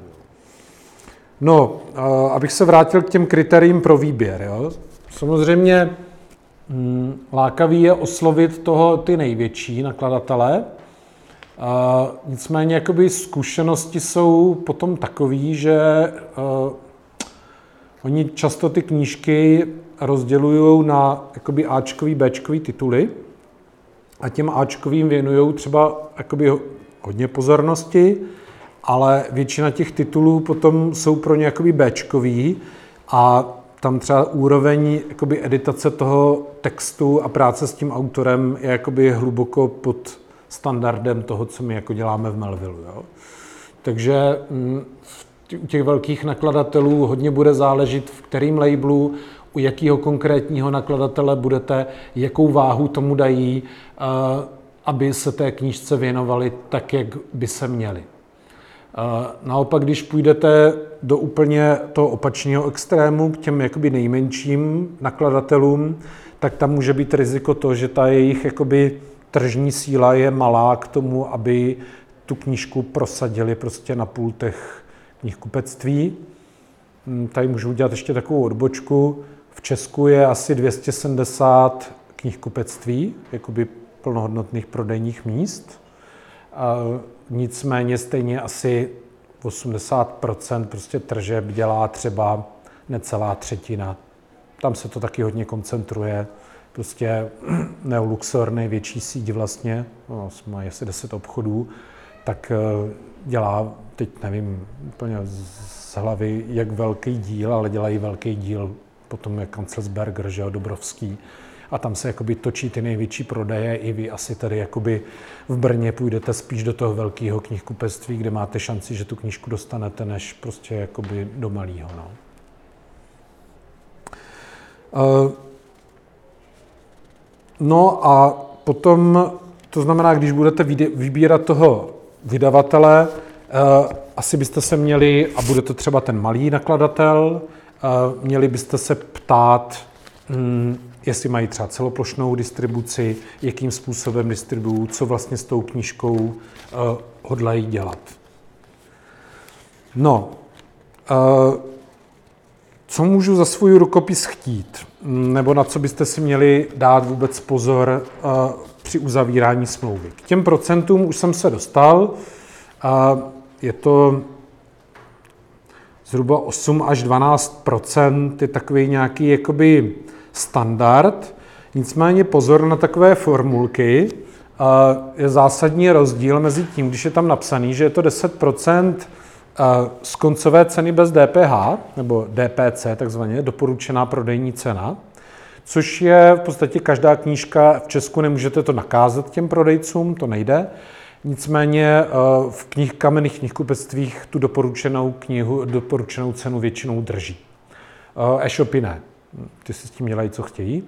No, abych se vrátil k těm kritériím pro výběr. Jo. Samozřejmě Hmm, lákavý je oslovit toho ty největší nakladatele. Uh, nicméně jakoby zkušenosti jsou potom takový, že uh, oni často ty knížky rozdělují na jakoby áčkový, béčkový tituly a těm áčkovým věnují třeba jakoby hodně pozornosti, ale většina těch titulů potom jsou pro ně jakoby béčkový a tam třeba úroveň jakoby editace toho textu a práce s tím autorem je jakoby hluboko pod standardem toho, co my jako děláme v Melvillu. Jo? Takže m, u těch velkých nakladatelů hodně bude záležet, v kterém labelu, u jakého konkrétního nakladatele budete, jakou váhu tomu dají, uh, aby se té knížce věnovali tak, jak by se měli. Naopak, když půjdete do úplně toho opačného extrému, k těm jakoby nejmenším nakladatelům, tak tam může být riziko to, že ta jejich jakoby tržní síla je malá k tomu, aby tu knížku prosadili prostě na pultech knihkupectví. Tady můžu udělat ještě takovou odbočku. V Česku je asi dvě stě sedmdesát knihkupectví, jakoby plnohodnotných prodejních míst. Nicméně stejně asi osmdesát procent prostě tržeb dělá třeba necelá třetina. Tam se to taky hodně koncentruje. Prostě Neoluxor, největší síť vlastně, no, mají asi deset obchodů, tak dělá, teď nevím úplně z hlavy, jak velký díl, ale dělají velký díl potom je Kanzelsberger, že jo, Dobrovský. A tam se jakoby točí ty největší prodeje. I vy asi tady jakoby v Brně půjdete spíš do toho velkého knihkupectví, kde máte šanci, že tu knížku dostanete, než prostě jakoby do malého. No. Uh, no a potom, to znamená, když budete vybírat toho vydavatele, uh, asi byste se měli, a bude to třeba ten malý nakladatel, Měli byste se ptát, jestli mají třeba celoplošnou distribuci, jakým způsobem distribuují, co vlastně s tou knížkou hodlají dělat. No, co můžu za svůj rukopis chtít? Nebo na co byste si měli dát vůbec pozor při uzavírání smlouvy? K těm procentům už jsem se dostal. Je to zhruba osm až dvanáct procent, je takový nějaký jakoby standard. Nicméně pozor na takové formulky. Je zásadní rozdíl mezi tím, když je tam napsaný, že je to deset procent z koncové ceny bez D P H, nebo D P C, takzvaně, doporučená prodejní cena, což je v podstatě každá knížka, v Česku nemůžete to nakázat těm prodejcům, to nejde. Nicméně v knih, kamenných knihkupectvích tu doporučenou knihu, doporučenou cenu většinou drží. E-shopy ne, ty si s tím dělají, co chtějí.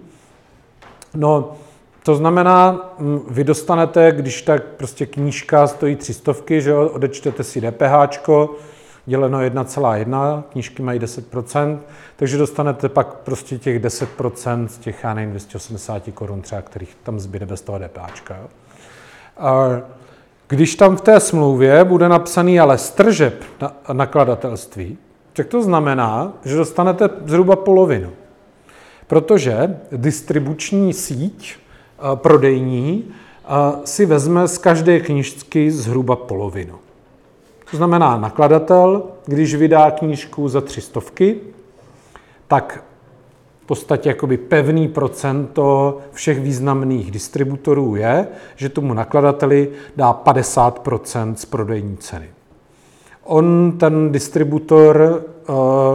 No, to znamená, vy dostanete, když tak prostě knížka stojí tři stovky, že jo, odečtete si DPHčko, děleno jedna celá jedna, knížky mají deset procent, takže dostanete pak prostě těch deset procent z těch, já nevím, dvě stě osmdesát korun třeba, kterých tam zbyde bez toho DPHčka. Jo. A když tam v té smlouvě bude napsaný ale stržeb na nakladatelství, tak to znamená, že dostanete zhruba polovinu. Protože distribuční síť prodejní si vezme z každé knížky zhruba polovinu. To znamená, nakladatel, když vydá knížku za tři stovky, tak v podstatě jakoby pevný procento všech významných distributorů je, že tomu nakladateli dá padesát procent z prodejní ceny. On, ten distributor, uh,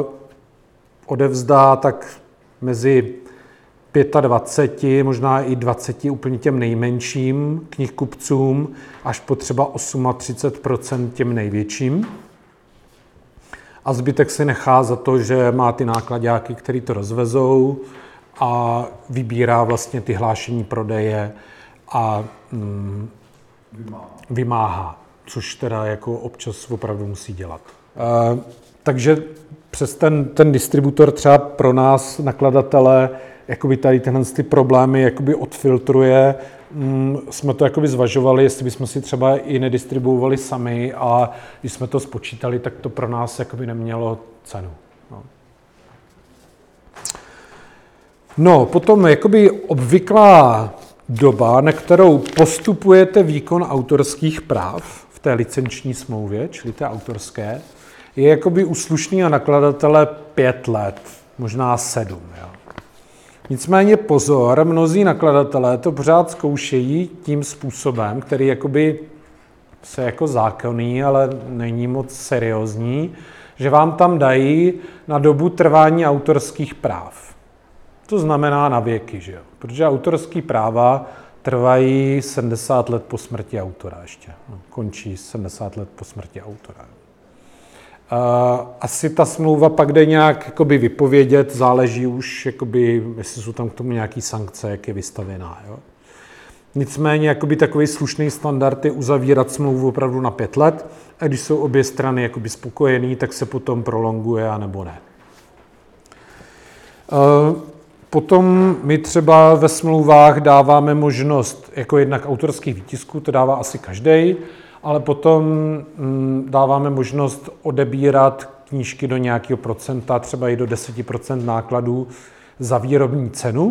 odevzdá tak mezi dvacet pět, možná i dvacet úplně těm nejmenším knihkupcům, až po třeba třicet osm procent těm největším. A zbytek si nechá za to, že má ty nákladáky, který to rozvezou a vybírá vlastně ty hlášení prodeje a mm, vymáhá. vymáhá, což teda jako občas opravdu musí dělat. E, takže přes ten, ten distributor třeba pro nás, nakladatele, jakoby tady tyhle ty problémy jakoby odfiltruje. Mm, jsme to jakoby zvažovali, jestli bychom si třeba i nedistribuovali sami, a když jsme to spočítali, tak to pro nás jakoby nemělo cenu. No, no potom jakoby obvyklá doba, na kterou postupujete výkon autorských práv v té licenční smlouvě, čili té autorské, je jakoby u slušného nakladatele pět let, možná sedm. Jo. Nicméně pozor, mnozí nakladatelé to pořád zkoušejí tím způsobem, který jakoby se jako zákonný, ale není moc seriózní, že vám tam dají na dobu trvání autorských práv. To znamená na věky, že jo? Protože autorský práva trvají sedmdesát let po smrti autora ještě. No, končí sedmdesát let po smrti autora. Uh, asi ta smlouva pak jde nějak jakoby vypovědět, záleží už, jakoby, jestli jsou tam k tomu nějaké sankce, jak je vystavená. Jo? Nicméně jakoby takový slušný standard je uzavírat smlouvu opravdu na pět let, a když jsou obě strany jakoby spokojený, tak se potom prolonguje, anebo ne. Uh, potom my třeba ve smlouvách dáváme možnost jako jednak autorských výtisků, to dává asi každej, ale potom mm, dáváme možnost odebírat knížky do nějakého procenta, třeba i do deset procent nákladů za výrobní cenu,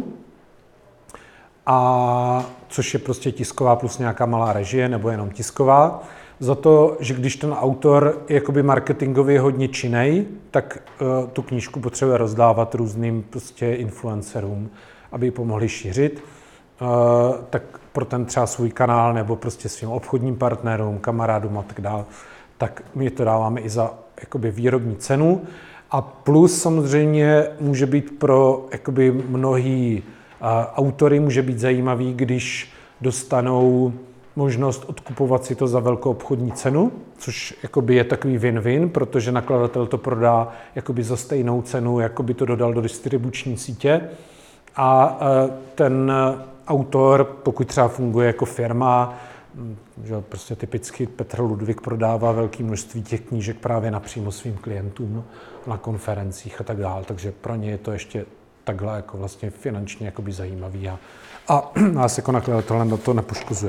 a což je prostě tisková plus nějaká malá režie, nebo jenom tisková, za to, že když ten autor je jakoby marketingově hodně činnej, tak uh, tu knížku potřebuje rozdávat různým prostě influencerům, aby ji pomohli šířit. Uh, tak pro ten třeba svůj kanál nebo prostě svým obchodním partnerům, kamarádům a tak dále, tak my to dáváme i za jakoby výrobní cenu. A plus samozřejmě může být pro jakoby mnohý uh, autory může být zajímavý, když dostanou možnost odkupovat si to za velkou obchodní cenu, což jakoby je takový win-win, protože nakladatel to prodá jakoby za stejnou cenu, jako by to dodal do distribuční sítě. A uh, ten autor, pokud třeba funguje jako firma, že prostě typicky Petr Ludvík prodává velké množství těch knížek právě napřímo svým klientům na konferencích a tak dále, takže pro ně je to ještě takhle jako vlastně finančně jakoby zajímavý a, a nás jako nakladatel na to nepoškozuje.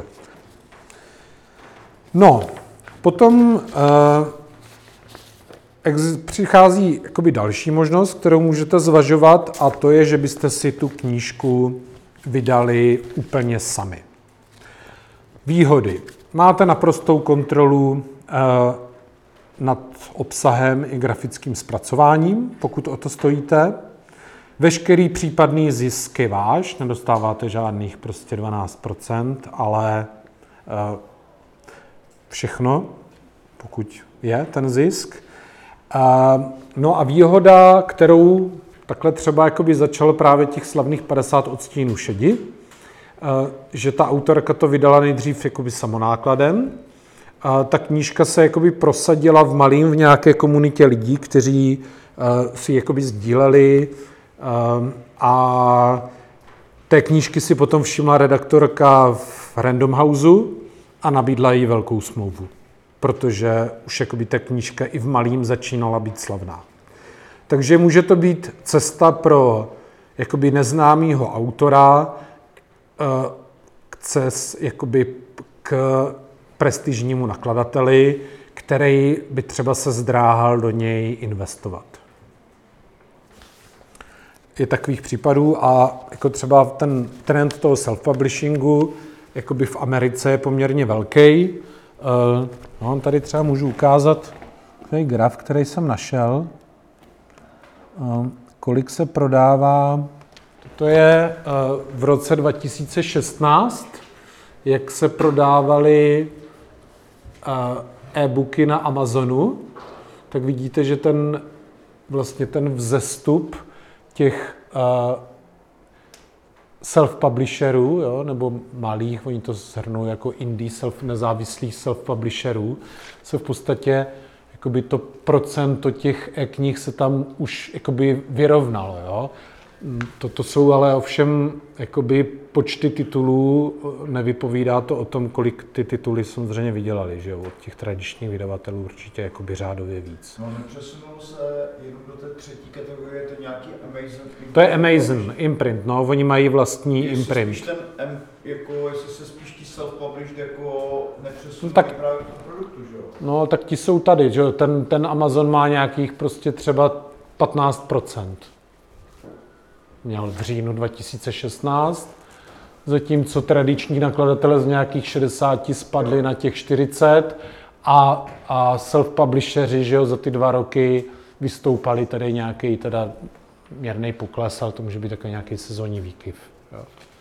No, potom eh, ex- přichází jakoby další možnost, kterou můžete zvažovat, a to je, že byste si tu knížku vydali úplně sami. Výhody. Máte naprostou kontrolu eh, nad obsahem i grafickým zpracováním, pokud o to stojíte. Veškerý případný zisk je váš, nedostáváte žádných prostě dvanáct procent, ale eh, všechno, pokud je ten zisk. Eh, no a výhoda, kterou takhle třeba jakoby začal právě těch slavných padesát odstínů šedi, že ta autorka to vydala nejdřív jakoby samonákladem. Ta knížka se jakoby prosadila v malým v nějaké komunitě lidí, kteří si jakoby sdíleli, a té knížky si potom všimla redaktorka v Random Houseu a nabídla jí velkou smlouvu, protože už jakoby ta knížka i v malým začínala být slavná. Takže může to být cesta pro jakoby neznámýho autora k, ces, jakoby k prestižnímu nakladateli, který by třeba se zdráhal do něj investovat. Je takových případů a jako třeba ten trend toho self-publishingu jakoby v Americe je poměrně velký. No, tady třeba můžu ukázat takový graf, který jsem našel. Kolik se prodává, to je v roce dva tisíce šestnáct, jak se prodávaly e-booky na Amazonu, tak vidíte, že ten vlastně ten vzestup těch self-publisherů, jo, nebo malých, oni to shrnou jako indie self, nezávislých self-publisherů, se v podstatě jakoby to procento těch e-knih se tam už jakoby vyrovnalo. Jo. Toto jsou ale ovšem jakoby počty titulů, nevypovídá to o tom, kolik ty tituly samozřejmě vydělali, že jo, od těch tradičních vydavatelů určitě jakoby řádově víc. No, nepřesunulo se jenom do té třetí kategorie, to nějaký Amazon Imprint. To je Amazon Imprint, no, oni mají vlastní jestli imprint. Spíš ten, M, jako, jestli se spíš ti self-published jako nepřesunují no, tak, právě k tomu produktu, že jo? No, tak ti jsou tady, že jo, ten, ten Amazon má nějakých prostě třeba patnáct procent. Měl v říjnu dva tisíce šestnáct, zatímco tradiční nakladatelé z nějakých šedesáti spadli na těch čtyřicet a, a self-publisheri, že jo, za ty dva roky vystoupali tady nějaký teda měrný pokles, ale to může být takový nějaký sezónní výkyv. Jo.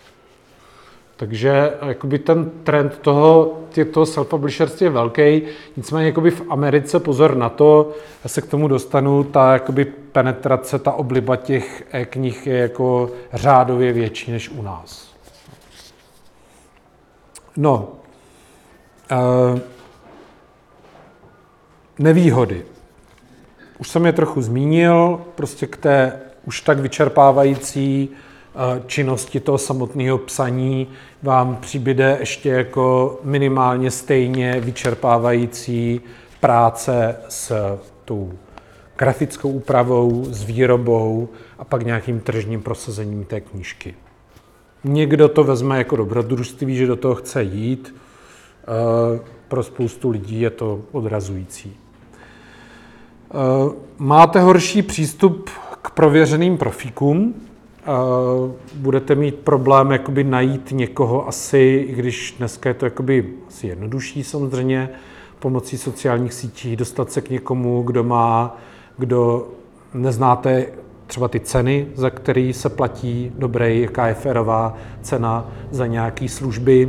Takže jakoby ten trend toho, toho self-publisherství je velký, nicméně jakoby v Americe pozor na to, já se k tomu dostanu, ta jakoby penetrace, ta obliba těch e-knih je jako řádově větší než u nás. No, e, nevýhody. Už jsem je trochu zmínil, prostě k té už tak vyčerpávající činnosti toho samotného psaní vám přibyde ještě jako minimálně stejně vyčerpávající práce s tou grafickou úpravou, s výrobou a pak nějakým tržním prosazením té knížky. Někdo to vezme jako dobrodružství, že do toho chce jít, pro spoustu lidí je to odrazující. Máte horší přístup k prověřeným profíkům, budete mít problém jakoby najít někoho asi, i když dneska je to jakoby asi jednodušší samozřejmě, pomocí sociálních sítí dostat se k někomu, kdo má, kdo neznáte třeba ty ceny, za který se platí dobrý, jaká je férová cena za nějaké služby.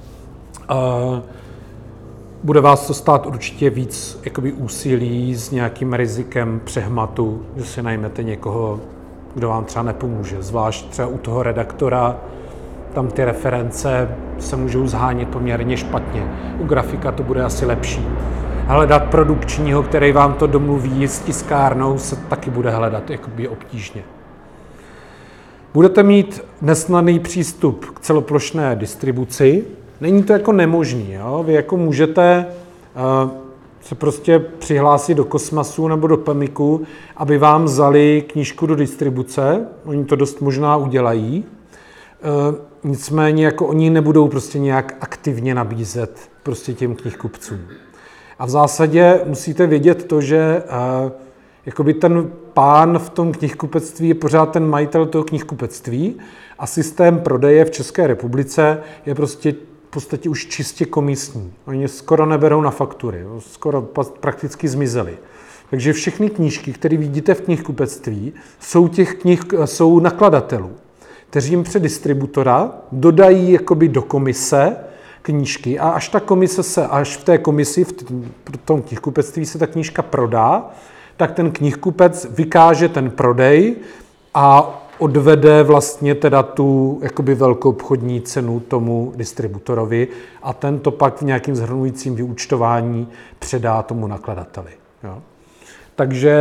Bude vás to stát určitě víc jakoby úsilí s nějakým rizikem přehmatu, že si najmete někoho, kdo vám třeba nepomůže. Zvlášť třeba u toho redaktora, tam ty reference se můžou zhánět poměrně špatně. U grafika to bude asi lepší. Hledat produkčního, který vám to domluví s tiskárnou, se taky bude hledat jakoby obtížně. Budete mít nesnadný přístup k celoplošné distribuci, není to jako nemožný, jo? Vy jako můžete uh, se prostě přihlásit do Kosmasu nebo do Pemiku, aby vám vzali knížku do distribuce, oni to dost možná udělají, uh, nicméně jako oni nebudou prostě nějak aktivně nabízet prostě těm knihkupcům. A v zásadě musíte vědět to, že uh, jakoby ten pán v tom knihkupectví je pořád ten majitel toho knihkupectví a systém prodeje v České republice je prostě v podstatě už čistě komisní. Oni skoro neberou na faktury, skoro prakticky zmizely. Takže všechny knížky, které vidíte v knihkupectví, jsou těch knih, jsou nakladatelů, kteří jim před distributora dodají jakoby do komise knížky a až ta komise se, až v té komisi, v tom knihkupectví se ta knížka prodá, tak ten knihkupec vykáže ten prodej a odvede vlastně teda tu jakoby velkou obchodní cenu tomu distributorovi a ten to pak v nějakým shrnujícím vyúčtování předá tomu nakladateli. Jo. Takže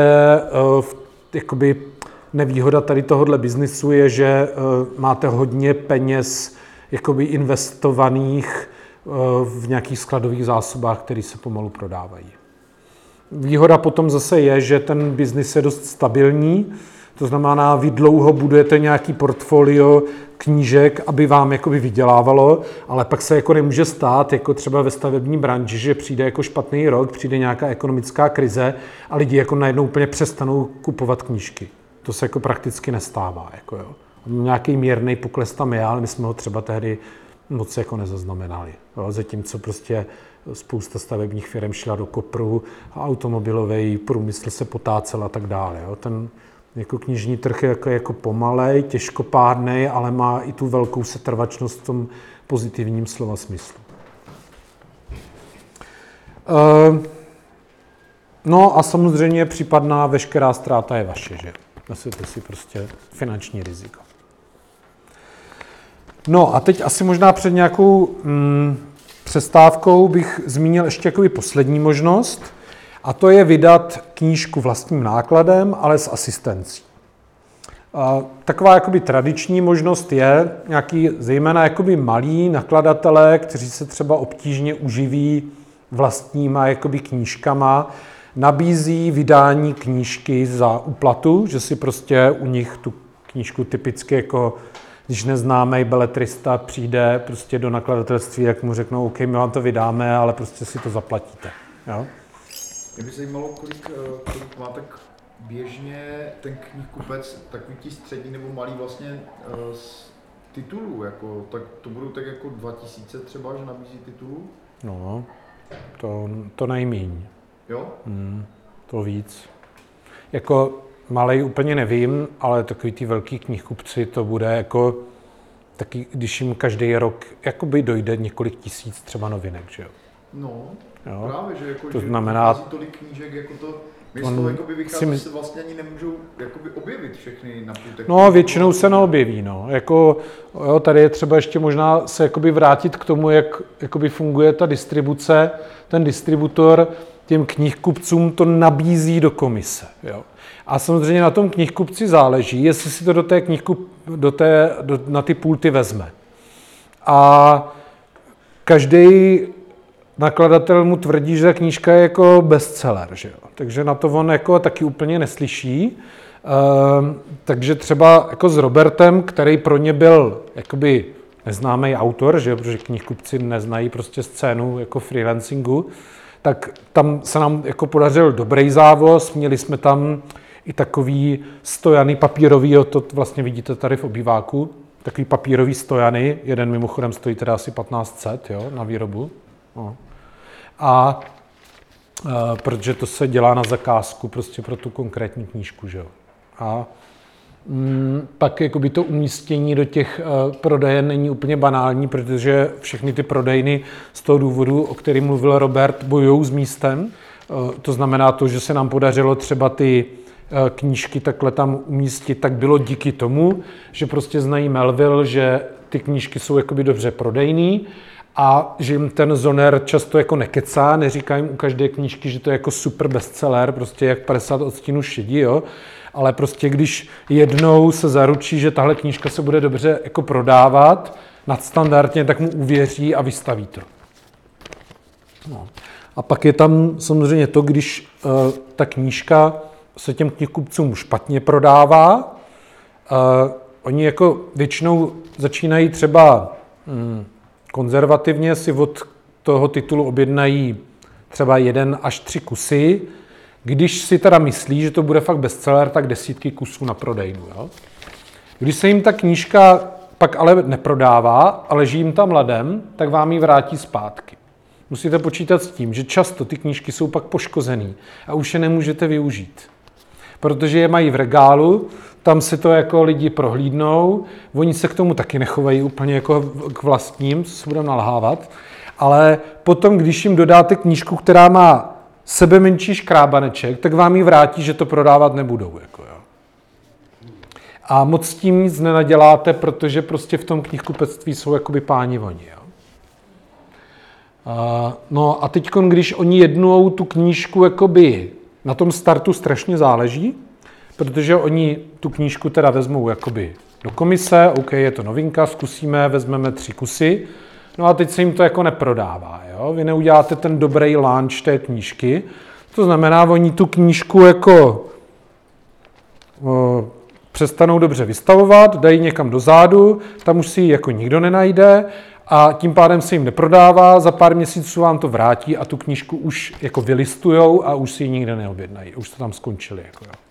jakoby nevýhoda tady tohohle biznisu je, že máte hodně peněz jakoby investovaných v nějakých skladových zásobách, které se pomalu prodávají. Výhoda potom zase je, že ten biznis je dost stabilní, to znamená, vy dlouho budujete nějaký portfolio knížek, aby vám jakoby vydělávalo, ale pak se jako nemůže stát, jako třeba ve stavební branži, že přijde jako špatný rok, přijde nějaká ekonomická krize a lidi jako najednou úplně přestanou kupovat knížky. To se jako prakticky nestává. Jako jo. Nějaký mírný pokles tam je, ale my jsme ho třeba tehdy moc jako nezaznamenali. Jo. Zatímco prostě spousta stavebních firm šla do kopru a automobilový průmysl se potácel a tak dále. Jo. Ten jako knižní trh je jako, jako pomalej, těžkopádnej, ale má i tu velkou setrvačnost v tom pozitivním slova smyslu. E, no a samozřejmě případná veškerá ztráta je vaše, že? Nesete si prostě finanční riziko. No a teď asi možná před nějakou mm, přestávkou bych zmínil ještě jakoby poslední možnost, a to je vydat knížku vlastním nákladem, ale s asistencí. A taková jakoby tradiční možnost je nějaký zejména jakoby malí nakladatelé, kteří se třeba obtížně uživí vlastníma jakoby knížkama, nabízí vydání knížky za úplatu, že si prostě u nich tu knížku typicky jako když neznámý beletrista přijde prostě do nakladatelství, jak mu řeknou, OK, my vám to vydáme, ale prostě si to zaplatíte. Jo? Mě by zajímalo, kolik, kolik má tak běžně ten knihkupec, takový ti střední nebo malý vlastně z titulů, jako, tak to budou tak jako dva tisíce třeba, že nabízí titulů? No, to, to nejmíň. Jo? Hmm, to víc. Jako malej úplně nevím, ale takový ty velký knihkupci to bude jako taky, když jim každý rok jakoby dojde několik tisíc třeba novinek, že jo? No, jo? právě, že jako, to že znamená, tolik knížek, jako to, my z toho jakoby vychází, my... se vlastně ani nemůžou jakoby objevit všechny na půltek. No, většinou se neobjeví, no. Jako, jo, tady je třeba ještě možná se jakoby vrátit k tomu, jak jakoby funguje ta distribuce. Ten distributor těm knihkupcům to nabízí do komise, jo. A samozřejmě na tom knihkupci záleží, jestli si to do té knihkup, do té, do, na ty pulty vezme. A každý nakladatel mu tvrdí, že ta knížka je jako bestseller, že jo. Takže na to on jako taky úplně neslyší. Ehm, takže třeba jako s Robertem, který pro ně byl jakoby neznámý autor, že jo, protože knihkupci neznají prostě scénu jako freelancingu, tak tam se nám jako podařil dobrý závoz, měli jsme tam i takový stojany papírový, to vlastně vidíte tady v obýváku, takový papírový stojany, jeden mimochodem stojí teda asi patnáct set, jo, na výrobu. No. A e, protože to se dělá na zakázku prostě pro tu konkrétní knížku, že jo. A mm, pak jakoby to umístění do těch e, prodejen není úplně banální, protože všechny ty prodejny z toho důvodu, o kterém mluvil Robert, bojují s místem. E, to znamená to, že se nám podařilo třeba ty e, knížky takhle tam umístit, tak bylo díky tomu, že prostě znají Melville, že ty knížky jsou jakoby dobře prodejný, a že jim ten zoner často jako nekecá, neříká jim u každé knížky, že to je jako super bestseller, prostě jak padesát odstínů šedí, jo. Ale prostě když jednou se zaručí, že tahle knížka se bude dobře jako prodávat nadstandardně, tak mu uvěří a vystaví to. No. A pak je tam samozřejmě to, když uh, ta knížka se těm knihkupcům špatně prodává. Uh, oni jako většinou začínají třeba um, konzervativně si od toho titulu objednají třeba jeden až tři kusy. Když si teda myslí, že to bude fakt bestseller, tak desítky kusů na prodejnu. Jo? Když se jim ta knížka pak ale neprodává a leží jim tam ladem, tak vám ji vrátí zpátky. Musíte počítat s tím, že často ty knížky jsou pak poškozený a už je nemůžete využít. Protože je mají v regálu, tam si to jako lidi prohlídnou, oni se k tomu taky nechovají úplně jako k vlastním, co se budeme nalhávat, ale potom, když jim dodáte knížku, která má sebe menší škrábaneček, tak vám ji vrátí, že to prodávat nebudou. Jako jo. A moc s tím nic nenaděláte, protože prostě v tom knihkupectví jsou jakoby páni oni. Jo. Uh, no a teď, když oni jednou tu knížku jakoby na tom startu strašně záleží, protože oni tu knížku teda vezmou jakoby do komise, OK, je to novinka, zkusíme, vezmeme tři kusy, no a teď se jim to jako neprodává, jo? Vy neuděláte ten dobrý launch té knížky, to znamená, oni tu knížku jako o, přestanou dobře vystavovat, dají někam dozadu, tam už si ji jako nikdo nenajde a tím pádem se jim neprodává, za pár měsíců vám to vrátí a tu knížku už jako vylistujou a už si ji nikde neobjednají, už to tam skončili. Jako, jo.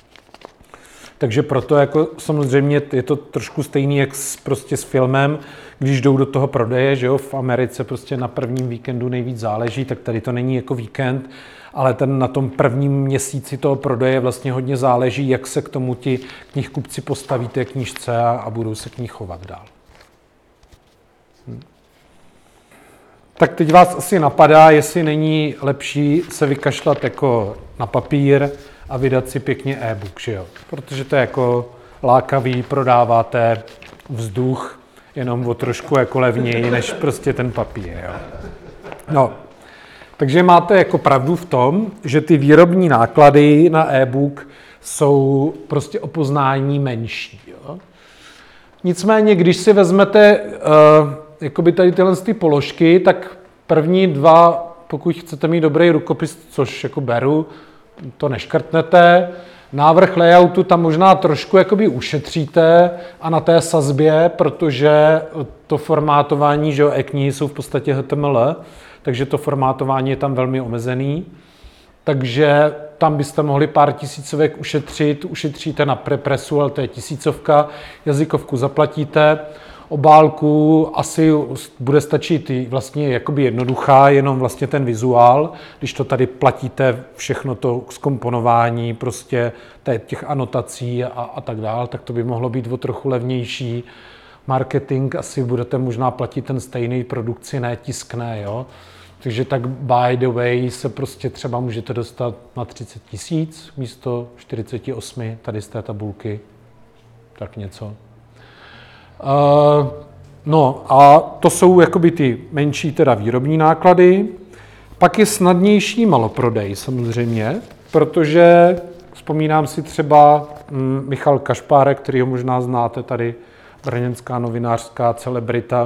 Takže proto jako samozřejmě je to trošku stejný jak s, prostě s filmem, když jdou do toho prodeje, že jo, v Americe prostě na prvním víkendu nejvíc záleží, tak tady to není jako víkend, ale ten na tom prvním měsíci toho prodeje vlastně hodně záleží, jak se k tomu ti knihkupci postaví té knížce a, a budou se k ní chovat dál. Hm. Tak teď vás asi napadá, jestli není lepší se vykašlat jako na papír a vydat si pěkně e-book, že jo? Protože to je jako lákavý, prodáváte vzduch jenom o trošku jako levněji, než prostě ten papír, jo? No, takže máte jako pravdu v tom, že ty výrobní náklady na e-book jsou prostě o poznání menší, jo? Nicméně, když si vezmete uh, jakoby tady tyhle ty položky, tak první dva, pokud chcete mít dobrý rukopis, což jako beru, to neškrtnete. Návrh layoutu tam možná trošku jakoby ušetříte a na té sazbě, protože to formátování, že jo, e-knihy jsou v podstatě H T M L, takže to formátování je tam velmi omezený. Takže tam byste mohli pár tisícovek ušetřit, ušetříte na prepresu, ale to je tisícovka, jazykovku zaplatíte, obálku asi bude stačit vlastně jakoby jednoduchá, jenom vlastně ten vizuál, když to tady platíte všechno to zkomponování, prostě těch anotací a, a tak dále, tak to by mohlo být o trochu levnější. Marketing asi budete možná platit ten stejný produkci, ne tiskné, jo. Takže tak by the way se prostě třeba můžete dostat na třicet tisíc místo čtyřicet osm tady z té tabulky, tak něco. Uh, no a to jsou jakoby ty menší teda výrobní náklady. Pak je snadnější maloprodej samozřejmě, protože vzpomínám si třeba hm, Michal Kašpárek, kterýho možná znáte tady, brněnská novinářská celebrita,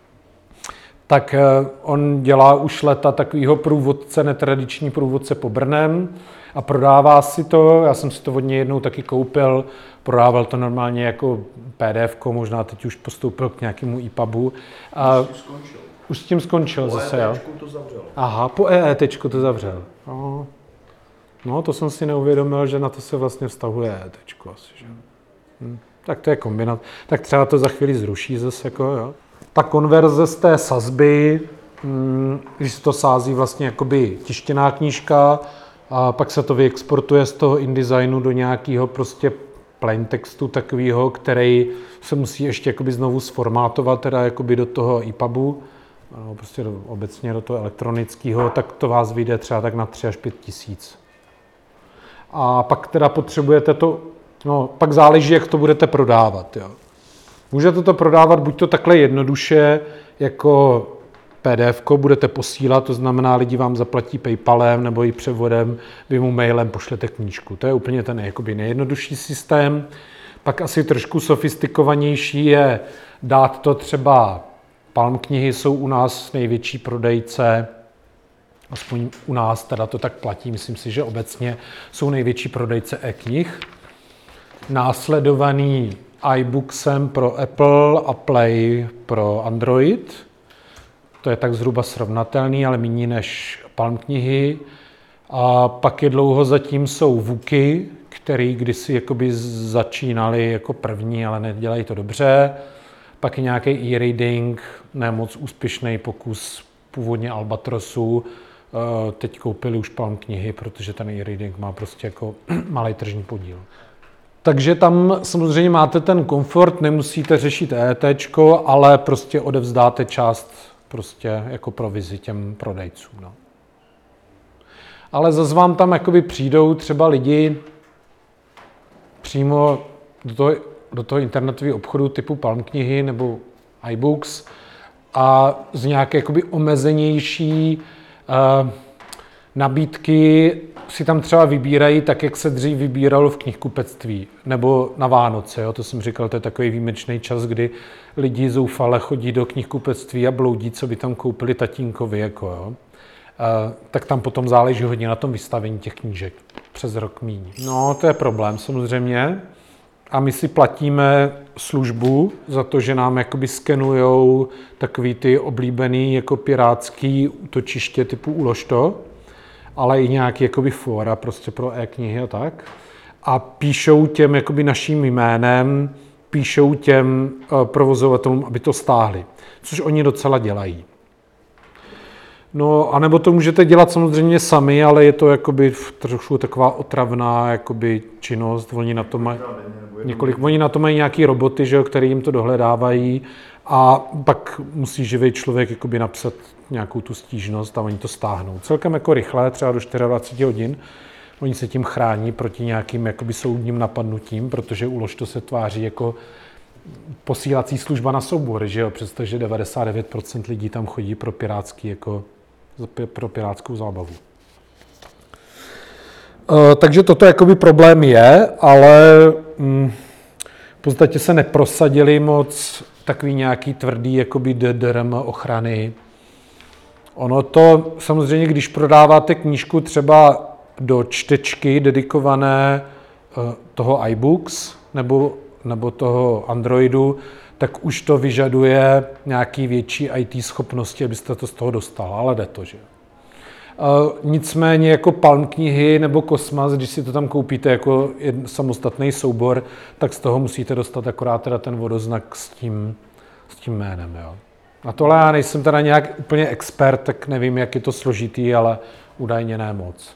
tak on dělá už leta takovýho průvodce, netradiční průvodce po Brnem a prodává si to. Já jsem si to od něj jednou taky koupil, prodával to normálně jako P D F ko, možná teď už postoupil k nějakému E P U Bu. A už, skončil. už s tím skončil po zase, jo? to zavřel. Aha, po EETčku to zavřel. No. no, to jsem si neuvědomil, že na to se vlastně vztahuje EETčko asi, že? Hm. Tak to je kombinat. Tak třeba to za chvíli zruší zase, jako jo. Ta konverze z té sazby, když se to sází vlastně jakoby tištěná knížka, a pak se to vyexportuje z toho InDesignu do nějakého prostě plain textu takového, který se musí ještě jakoby znovu sformátovat teda jakoby do toho E P U Bu, prostě do, obecně do toho elektronického, tak to vás vyjde třeba tak na tři až pět tisíc. A pak teda potřebujete to, no pak záleží, jak to budete prodávat, jo. Můžete to prodávat buď to takhle jednoduše, jako P D F ko budete posílat, to znamená, lidi vám zaplatí PayPalem nebo i převodem, vy mu mailem pošlete knížku. To je úplně ten jakoby nejjednodušší systém. Pak asi trošku sofistikovanější je dát to třeba, Palm knihy jsou u nás největší prodejce, aspoň u nás teda to tak platí, myslím si, že obecně jsou největší prodejce e-knih. Následovaný iBooksem pro Apple a Play pro Android. To je tak zhruba srovnatelný, ale méně než Palm knihy. A pak je dlouho zatím jsou Wooky, který kdysi jakoby začínali jako první, ale nedělají to dobře. Pak je nějaký e-reading, ne moc úspěšný pokus původně Albatrosu. Teď koupili už Palm knihy, protože ten e-reading má prostě jako malý tržní podíl. Takže tam samozřejmě máte ten komfort, nemusíte řešit EETčko, ale prostě odevzdáte část prostě jako provizi těm prodejcům. No. Ale zase vám tam jakoby přijdou třeba lidi přímo do toho, do toho internetového obchodu typu Palm knihy nebo iBooks a z nějaké jakoby omezenější uh, nabídky si tam třeba vybírají tak, jak se dřív vybíralo v knihkupectví, nebo na Vánoce, jo? To jsem říkal, to je takový výjimečný čas, kdy lidi zoufale chodí do knihkupectví a bloudí, co by tam koupili tatínkovi, jako jo. Uh, tak tam potom záleží hodně na tom vystavení těch knížek, přes rok míň. No, to je problém samozřejmě. A my si platíme službu za to, že nám jakoby skenujou takový ty oblíbený jako pirátský útočiště typu Ulož to, ale i nějaký jakoby fóra prostě pro e-knihy a tak. A píšou těm jakoby naším jménem, píšou těm uh, provozovatelům, aby to stáhli, což oni docela dělají. No, anebo to můžete dělat samozřejmě sami, ale je to jakoby trošku taková otravná jakoby činnost. Oni na to mají několik, oni na to mají nějaký roboty, že jo, který jim to dohledávají a pak musí živý člověk jakoby napsat nějakou tu stížnost a oni to stáhnou. Celkem jako rychle, třeba do dvacet čtyři hodin. Oni se tím chrání proti nějakým jakoby soudním napadnutím, protože Ulož to se tváří jako posílací služba na soubory, že jo, přestože devadesát devět procent lidí tam chodí pro pirátský jako pro pirátskou zábavu. E, takže toto jakoby problém je, ale mm, v podstatě se neprosadili moc takový nějaký tvrdý jakoby D D R M ochrany. Ono to samozřejmě, když prodáváte knížku třeba do čtečky dedikované e, toho iBooks nebo, nebo toho Androidu, tak už to vyžaduje nějaký větší í té schopnosti, abyste to z toho dostal, ale jde to, že? Uh, nicméně jako Palm knihy nebo Kosmas, když si to tam koupíte jako samostatný soubor, tak z toho musíte dostat akorát teda ten vodoznak s tím, s tím jménem, jo. Na tohle já nejsem teda nějak úplně expert, tak nevím, jak je to složitý, ale údajně ne moc.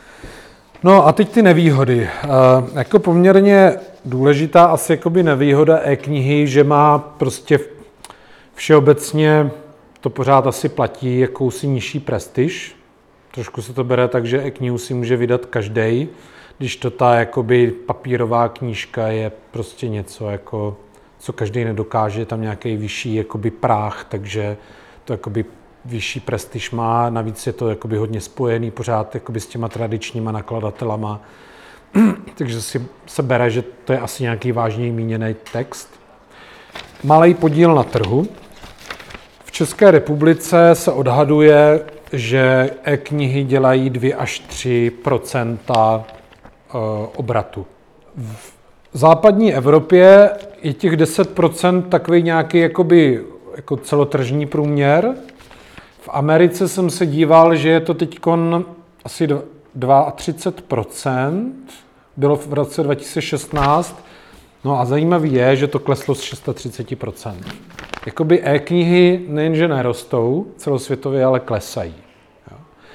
No a teď ty nevýhody. Uh, jako poměrně důležitá asi jakoby nevýhoda e-knihy, že má prostě všeobecně, to pořád asi platí, jakousi nižší prestiž. Trošku se to bere tak, že e-knihu si může vydat každej, když to ta jakoby papírová knížka je prostě něco, jako, co každý nedokáže, tam nějaký vyšší jakoby práh, takže to jakoby vyšší prestiž má, navíc je to jakoby hodně spojený pořád jakoby s těma tradičníma nakladatelama, takže si se bere, že to je asi nějaký vážněji míněný text. Malý podíl na trhu. V České republice se odhaduje, že e-knihy dělají dva až tři procenta obratu. V západní Evropě je těch deset procent takový nějaký jakoby, jako celotržní průměr. V Americe jsem se díval, že je to teďkon asi třicet dva procent, bylo v roce dva tisíce šestnáct, no a zajímavý je, že to kleslo z třicet šest procent. Jakoby e-knihy nejenže nerostou celosvětově, ale klesají. Jo.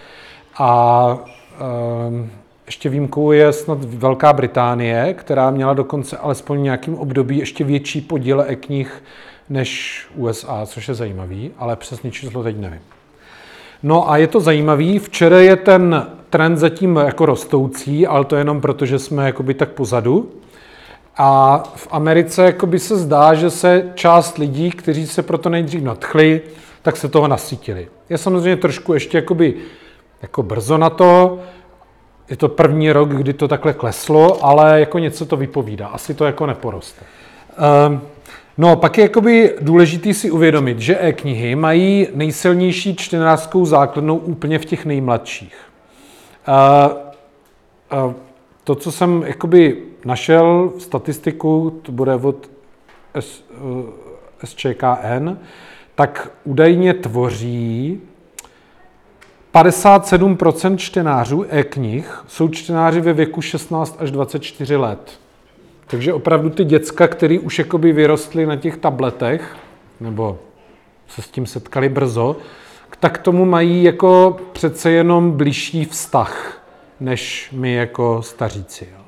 A um, ještě výjimkou je snad Velká Británie, která měla dokonce alespoň v nějakém období ještě větší podíl e-knih než U S A, což je zajímavý, ale přesně číslo teď nevím. No a je to zajímavý, včera je ten trend zatím jako rostoucí, ale to jenom proto, že jsme jakoby tak pozadu. A v Americe jakoby se zdá, že se část lidí, kteří se proto nejdřív nadchli, tak se toho nasytili. Je samozřejmě trošku ještě jakoby, jako brzo na to, je to první rok, kdy to takhle kleslo, ale jako něco to vypovídá, asi to jako neporoste. Um, No, pak je jakoby důležitý si uvědomit, že e-knihy mají nejsilnější čtenářskou základnou úplně v těch nejmladších. A, a to, co jsem jakoby našel v statistiku, to bude od S, S Č K N, tak údajně tvoří padesát sedm procent čtenářů e-knih jsou čtenáři ve věku šestnáct až dvacet čtyři let. Takže opravdu ty děcka, který už jakoby vyrostly na těch tabletech, nebo se s tím setkali brzo, tak tomu mají jako přece jenom bližší vztah, než my jako staříci. Jo.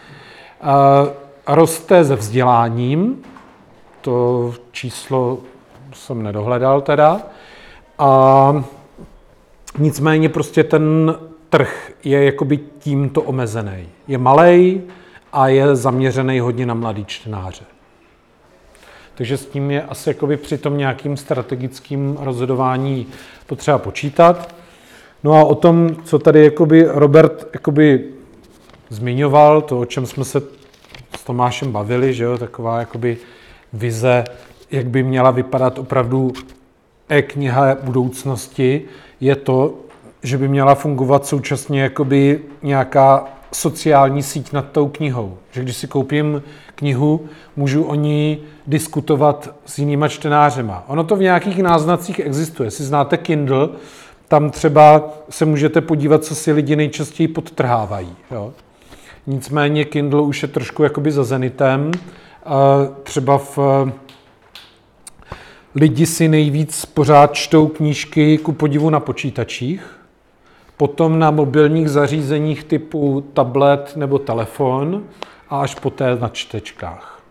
A roste se vzděláním, to číslo jsem nedohledal teda, a nicméně prostě ten trh je jakoby tímto omezený. Je malej a je zaměřený hodně na mladý čtenáře. Takže s tím je asi jakoby při tom nějakým strategickým rozhodování potřeba počítat. No a o tom, co tady jakoby Robert jakoby zmiňoval, to, o čem jsme se s Tomášem bavili, že jo, taková jakoby vize, jak by měla vypadat opravdu e-kniha budoucnosti, je to, že by měla fungovat současně jakoby nějaká sociální síť nad tou knihou. Že když si koupím knihu, můžu o ní diskutovat s jinýma čtenářema. Ono to v nějakých náznacích existuje. Jestli znáte Kindle, tam třeba se můžete podívat, co si lidi nejčastěji podtrhávají. Jo? Nicméně Kindle už je trošku jakoby za zenitem. Třeba v lidi si nejvíc pořád čtou knížky ku podivu na počítačích, potom na mobilních zařízeních typu tablet nebo telefon a až poté na čtečkách.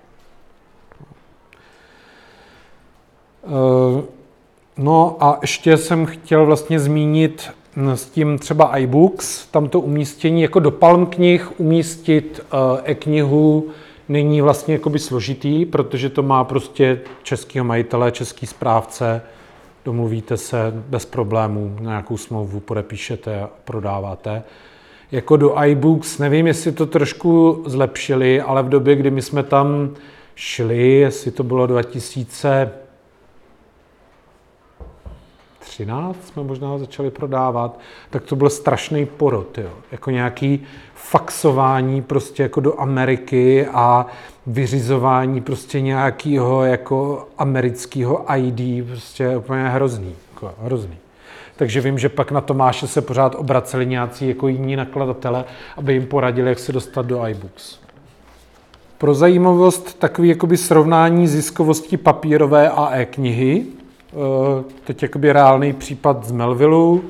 No a ještě jsem chtěl vlastně zmínit s tím třeba iBooks, tam to umístění jako do Palm knih umístit e-knihu není vlastně jakoby složitý, protože to má prostě českýho majitele, český správce, domluvíte se bez problémů, na nějakou smlouvu podepíšete a prodáváte. Jako do iBooks, nevím, jestli to trošku zlepšili, ale v době, kdy my jsme tam šli, jestli to bylo dva tisíce třináct, jsme možná začali prodávat, tak to byl strašný porod, jo. Jako nějaký faxování prostě jako do Ameriky a vyřizování prostě nějakého jako amerického I D, prostě úplně hrozný, jako hrozný. Takže vím, že pak na Tomáše se pořád obraceli nějací jako jiní nakladatele, aby jim poradili, jak se dostat do iBooks. Pro zajímavost takový jakoby srovnání ziskovosti papírové a e-knihy. Teď jakoby reálný případ z Melvillu.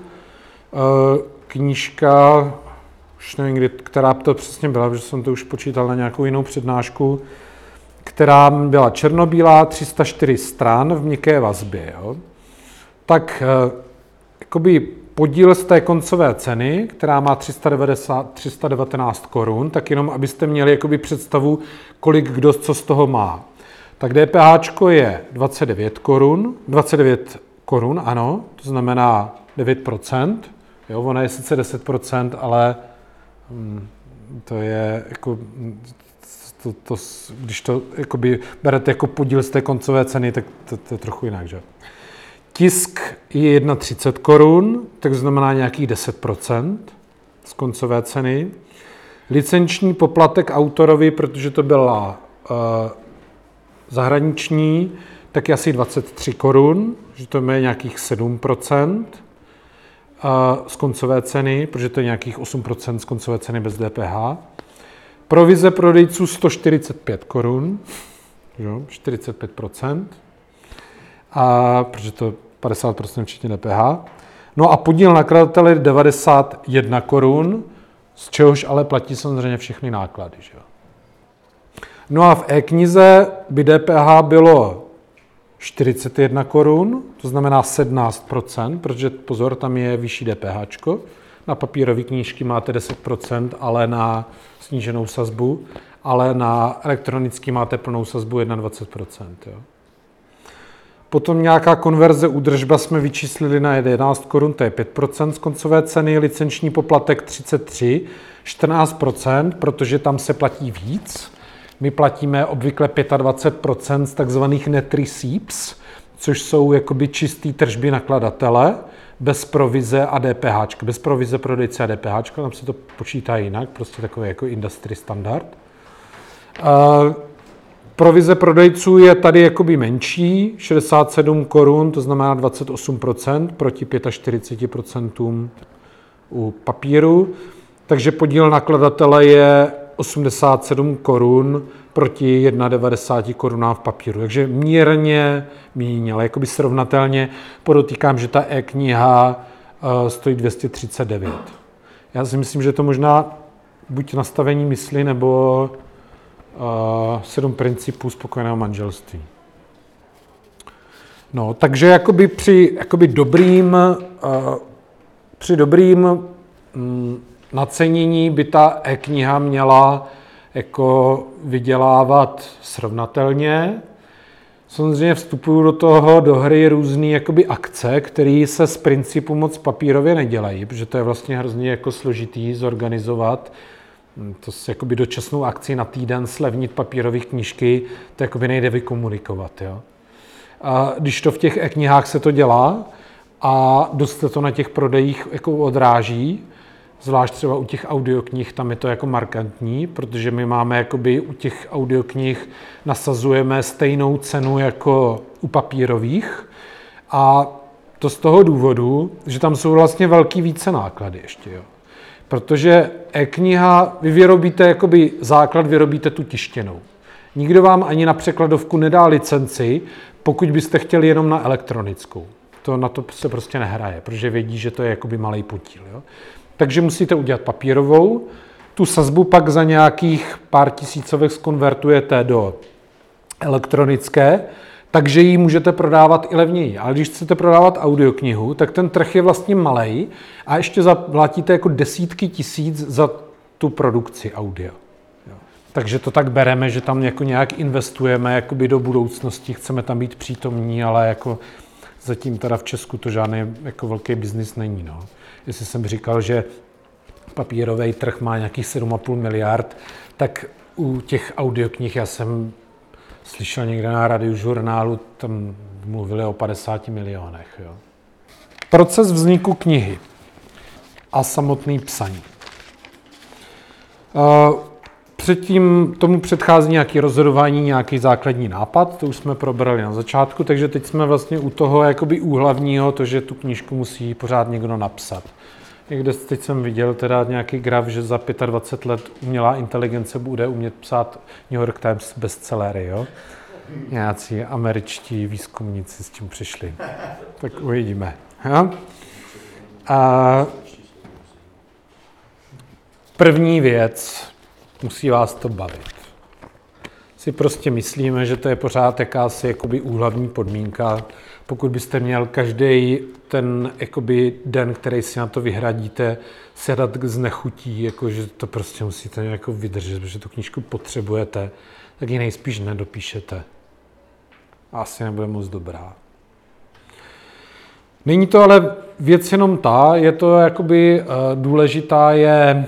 Knížka, už nevím, kdy, která to přesně byla, protože jsem to už počítal na nějakou jinou přednášku, která byla černobílá, tři sta čtyři stran v měkké vazbě. Jo. Tak jakoby podíl z té koncové ceny, která má tři sta devatenáct korun, tak jenom abyste měli jakoby představu, kolik kdo co z toho má. Tak DPHčko je dvacet devět korun, dvacet devět korun, ano, to znamená devět procent, jo, ono je sice deset procent, ale hm, to je jako, to, to, když to jakoby berete jako podíl z té koncové ceny, tak to, to je trochu jinak, že? Tisk je třicet jedna korun, tak znamená nějakých deset procent z koncové ceny. Licenční poplatek autorovi, protože to byla uh, zahraniční, tak je asi dvacet tři korun, že to je nějakých sedm procent z koncové ceny, protože to je nějakých osm procent z koncové ceny bez D P H. Provize prodejců sto čtyřicet pět korun, jo, čtyřicet pět procent, a protože to padesát procent včetně D P H. No a podíl nakladatele devadesát jedna korun, z čehož ale platí samozřejmě všechny náklady, že jo. No a v e-knize by D P H bylo čtyřicet jedna korun, to znamená sedmnáct procent, protože pozor, tam je vyšší DPHčko. Na papírové knížky máte deset procent, ale na sníženou sazbu, ale na elektronický máte plnou sazbu dvacet jedna procent. Jo. Potom nějaká konverze údržba jsme vyčíslili na jedenáct korun, to je pět procent z koncové ceny, licenční poplatek třicet tři, čtrnáct procent, protože tam se platí víc. My platíme obvykle dvacet pět procent z takzvaných net receipts, což jsou jakoby čistý tržby nakladatele, bez provize a D P H. Bez provize prodejce a D P H, tam se to počítá jinak, prostě takový jako industry standard. Uh, provize prodejců je tady jakoby menší, šedesát sedm korun, to znamená dvacet osm procent proti čtyřicet pět procent u papíru. Takže podíl nakladatele je osmdesát sedm korun proti devadesát jedna korunám v papíru. Takže mírně míň, ale jakoby srovnatelně podotýkám, že ta e-kniha uh, stojí dvě stě třicet devět. Já si myslím, že to možná buď nastavení mysli, nebo uh, sedm principů spokojeného manželství. No, takže jakoby při jakoby dobrým, uh, při dobrým um, nacenění by ta e-kniha měla jako vydělávat srovnatelně. Samozřejmě vstupují do toho do hry různé jakoby akce, které se z principu moc papírově nedělají, protože to je vlastně hrozně jako složitý zorganizovat. To je jakoby dočasnou akci na týden slevnit papírové knížky, to jakoby nejde vykomunikovat. Jo? A když to v těch e-knihách se to dělá a dost se to na těch prodejích jako odráží, zvlášť třeba u těch audioknih, tam je to jako markantní, protože my máme jakoby u těch audioknih nasazujeme stejnou cenu jako u papírových a to z toho důvodu, že tam jsou vlastně velký více náklady ještě, jo. Protože e-kniha, vy vyrobíte jakoby základ, vyrobíte tu tištěnou. Nikdo vám ani na překladovku nedá licenci, pokud byste chtěli jenom na elektronickou. To na to se prostě nehraje, protože vědí, že to je jakoby malej podíl, jo. Takže musíte udělat papírovou, tu sazbu pak za nějakých pár tisícovek zkonvertujete do elektronické, takže ji můžete prodávat i levněji. Ale když chcete prodávat audioknihu, tak ten trh je vlastně malej a ještě zaplatíte jako desítky tisíc za tu produkci audio. Jo. Takže to tak bereme, že tam jako nějak investujeme jakoby do budoucnosti, chceme tam být přítomní, ale jako zatím teda v Česku to žádný jako velký biznis není. No. Jestli jsem říkal, že papírový trh má nějakých sedm a půl miliard, tak u těch audioknih já jsem slyšel někde na Radiožurnálu, tam mluvili o padesáti milionech. Jo. Proces vzniku knihy a samotný psaní. Předtím tomu předchází nějaké rozhodování, nějaký základní nápad, to už jsme probrali na začátku, takže teď jsme vlastně u toho jakoby úhlavního, to, že tu knížku musí pořád někdo napsat. Někde teď jsem viděl teda nějaký graf, že za dvacet pět let umělá inteligence bude umět psát New York Times bestsellery, jo? Nějací američtí výzkumníci s tím přišli. Tak uvidíme. Jo? A první věc, musí vás to bavit. Si prostě myslíme, že to je pořád jakási jakoby úhlavní podmínka. Pokud byste měl každý ten jakoby den, který si na to vyhradíte, sedat z nechutí, jako, že to prostě musíte jako vydržet, protože tu knížku potřebujete, tak ji nejspíš nedopíšete. Asi nebude moc dobrá. Není to ale věc jenom ta, je to jakoby důležitá je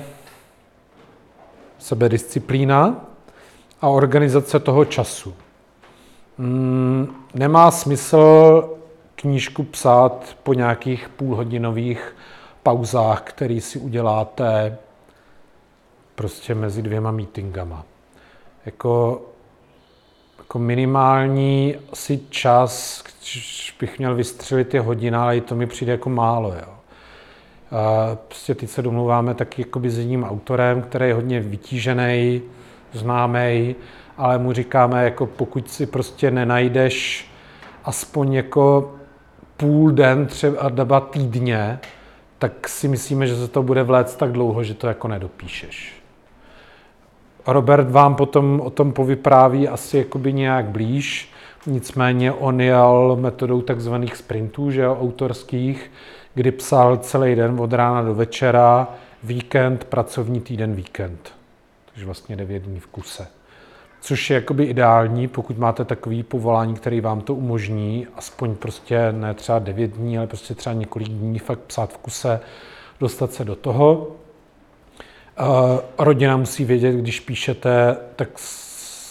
sebedisciplína a organizace toho času. Hmm, nemá smysl knížku psát po nějakých půlhodinových pauzách, které si uděláte prostě mezi dvěma meetingama. Jako, jako minimální si čas, když bych měl vystřelit, je hodina, ale i to mi přijde jako málo. Jo. A prostě teď se domluváme taky jakoby s jedním autorem, který je hodně vytížený, známý, ale mu říkáme, jako pokud si prostě nenajdeš aspoň jako půl den, třeba dva týdně, tak si myslíme, že se to bude vléct tak dlouho, že to jako nedopíšeš. Robert vám potom o tom povypráví asi jakoby nějak blíž, nicméně on jel metodou takzvaných sprintů, že jo, autorských, kdy psal celý den od rána do večera, víkend, pracovní týden, víkend. Takže vlastně devět dní v kuse. Což je jakoby ideální, pokud máte takový povolání, který vám to umožní, aspoň prostě ne třeba devět dní, ale prostě třeba několik dní fakt psát v kuse, dostat se do toho. Uh, rodina musí vědět, když píšete, tak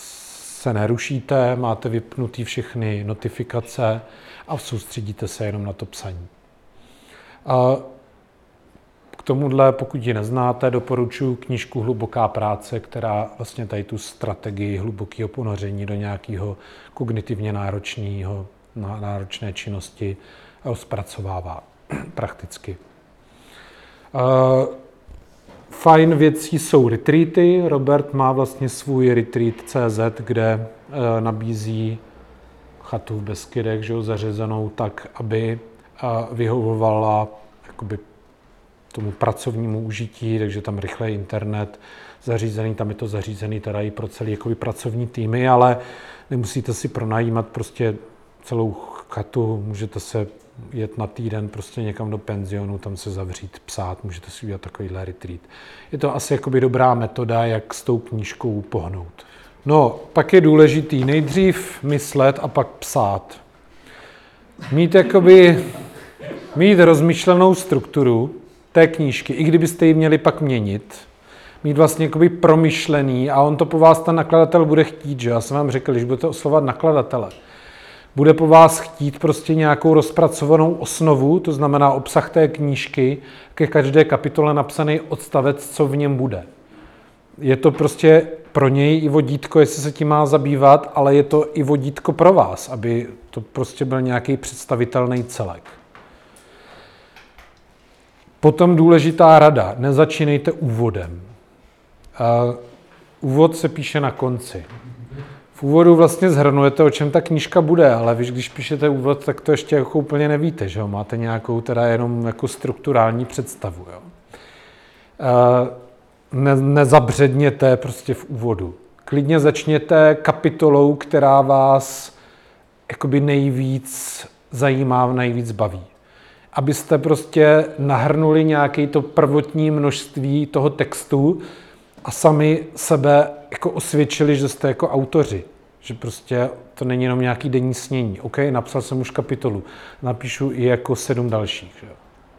se nerušíte, máte vypnutý všechny notifikace a soustředíte se jenom na to psaní. A k tomuhle, pokud ji neznáte, doporučuji knížku Hluboká práce, která vlastně tady tu strategii hlubokého ponoření do nějakého kognitivně náročného, náročné činnosti zpracovává prakticky. Fajn věcí jsou retreaty. Robert má vlastně svůj retreat tečka cé zet, kde nabízí chatu v Beskydech, že jo, zařazenou tak, aby vyhovovala jakoby tomu pracovnímu užití, takže tam rychlej internet zařízený, tam je to zařízený teda i pro celý jakoby pracovní týmy, ale nemusíte si pronajímat prostě celou chatu, můžete se jet na týden prostě někam do penzionu, tam se zavřít, psát, můžete si udělat takovýhle retreat. Je to asi jakoby dobrá metoda, jak s tou knížkou pohnout. No, pak je důležitý nejdřív myslet a pak psát. Mít jakoby, mít rozmyšlenou strukturu té knížky, i kdybyste ji měli pak měnit, mít vlastně jakoby promyšlený a on to po vás ten nakladatel bude chtít, že? Já jsem vám řekl, když budete oslovovat nakladatele, bude po vás chtít prostě nějakou rozpracovanou osnovu, to znamená obsah té knížky, ke každé kapitole napsaný odstavec, co v něm bude. Je to prostě pro něj i vodítko, jestli se tím má zabývat, ale je to i vodítko pro vás, aby to prostě byl nějaký představitelný celek. Potom důležitá rada, nezačínejte úvodem. Uh, úvod se píše na konci. V úvodu vlastně shrnujete, o čem ta knížka bude, ale vy, když píšete úvod, tak to ještě jako úplně nevíte, že jo? Máte nějakou teda jenom jako strukturální představu. Jo? Ne, nezabředněte prostě v úvodu. Klidně začněte kapitolou, která vás jakoby nejvíc zajímá, nejvíc baví. Abyste prostě nahrnuli nějaké to prvotní množství toho textu a sami sebe jako osvědčili, že jste jako autoři. Že prostě to není jenom nějaký denní snění. OK, napsal jsem už kapitolu, napíšu i jako sedm dalších. Že?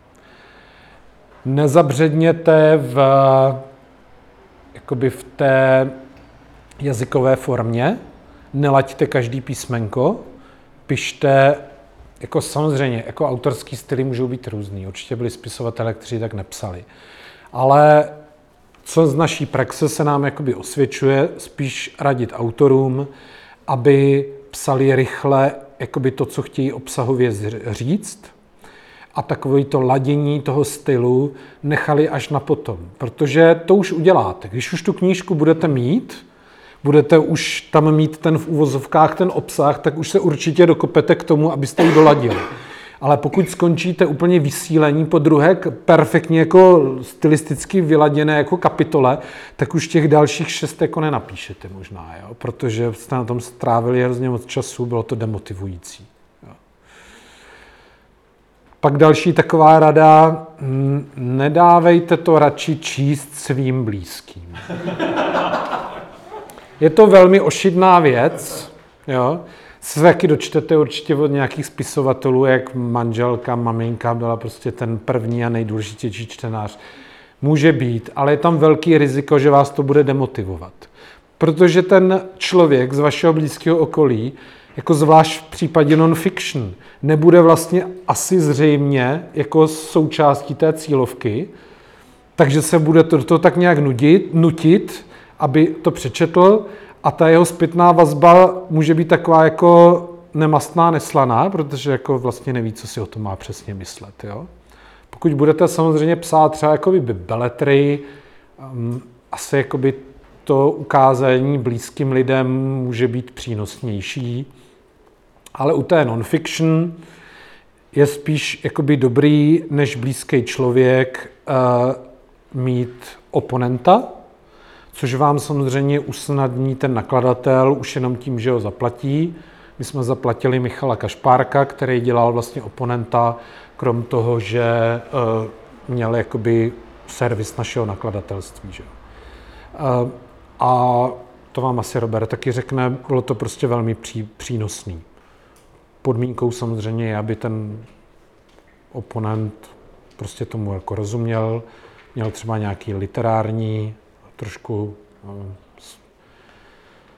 Nezabředněte v, jakoby v té jazykové formě, nelaďte každý písmenko, pište, jako samozřejmě, jako autorský styly můžou být různý. Určitě byli spisovatelé, kteří tak nepsali. Ale co z naší praxe se nám jakoby osvědčuje, spíš radit autorům, aby psali rychle jakoby to, co chtějí obsahově říct, a takové to ladění toho stylu nechali až na potom. Protože to už uděláte. Když už tu knížku budete mít, budete už tam mít ten v uvozovkách ten obsah, tak už se určitě dokopete k tomu, abyste ji doladili. Ale pokud skončíte úplně vysílení po druhé perfektně jako stylisticky vyladěné jako kapitole, tak už těch dalších šest jako nenapíšete možná, jo? Protože jste na tom strávili hrozně moc času, bylo to demotivující. Jo? Pak další taková rada, nedávejte to radši číst svým blízkým. Je to velmi ošidná věc, jo? Se taky dočtete určitě od nějakých spisovatelů, jak manželka, maminka byla prostě ten první a nejdůležitější čtenář. Může být, ale je tam velký riziko, že vás to bude demotivovat. Protože ten člověk z vašeho blízkého okolí, jako zvlášť v případě non-fiction, nebude vlastně asi zřejmě jako součástí té cílovky, takže se bude to, to tak nějak nudit, nutit, aby to přečetl, a ta jeho zpětná vazba může být taková jako nemastná, neslaná, protože jako vlastně neví, co si o tom má přesně myslet. Jo? Pokud budete samozřejmě psát třeba jakoby beletry, um, asi jakoby to ukázání blízkým lidem může být přínosnější, ale u té non-fiction je spíš jakoby dobrý, než blízký člověk uh, mít oponenta, což vám samozřejmě usnadní ten nakladatel už jenom tím, že ho zaplatí. My jsme zaplatili Michala Kašpárka, který dělal vlastně oponenta, krom toho, že uh, měl jakoby servis našeho nakladatelství. Že? Uh, a to vám asi Robert taky řekne, bylo to prostě velmi pří, přínosný. Podmínkou samozřejmě je, aby ten oponent prostě tomu jako rozuměl, měl třeba nějaký literární, trošku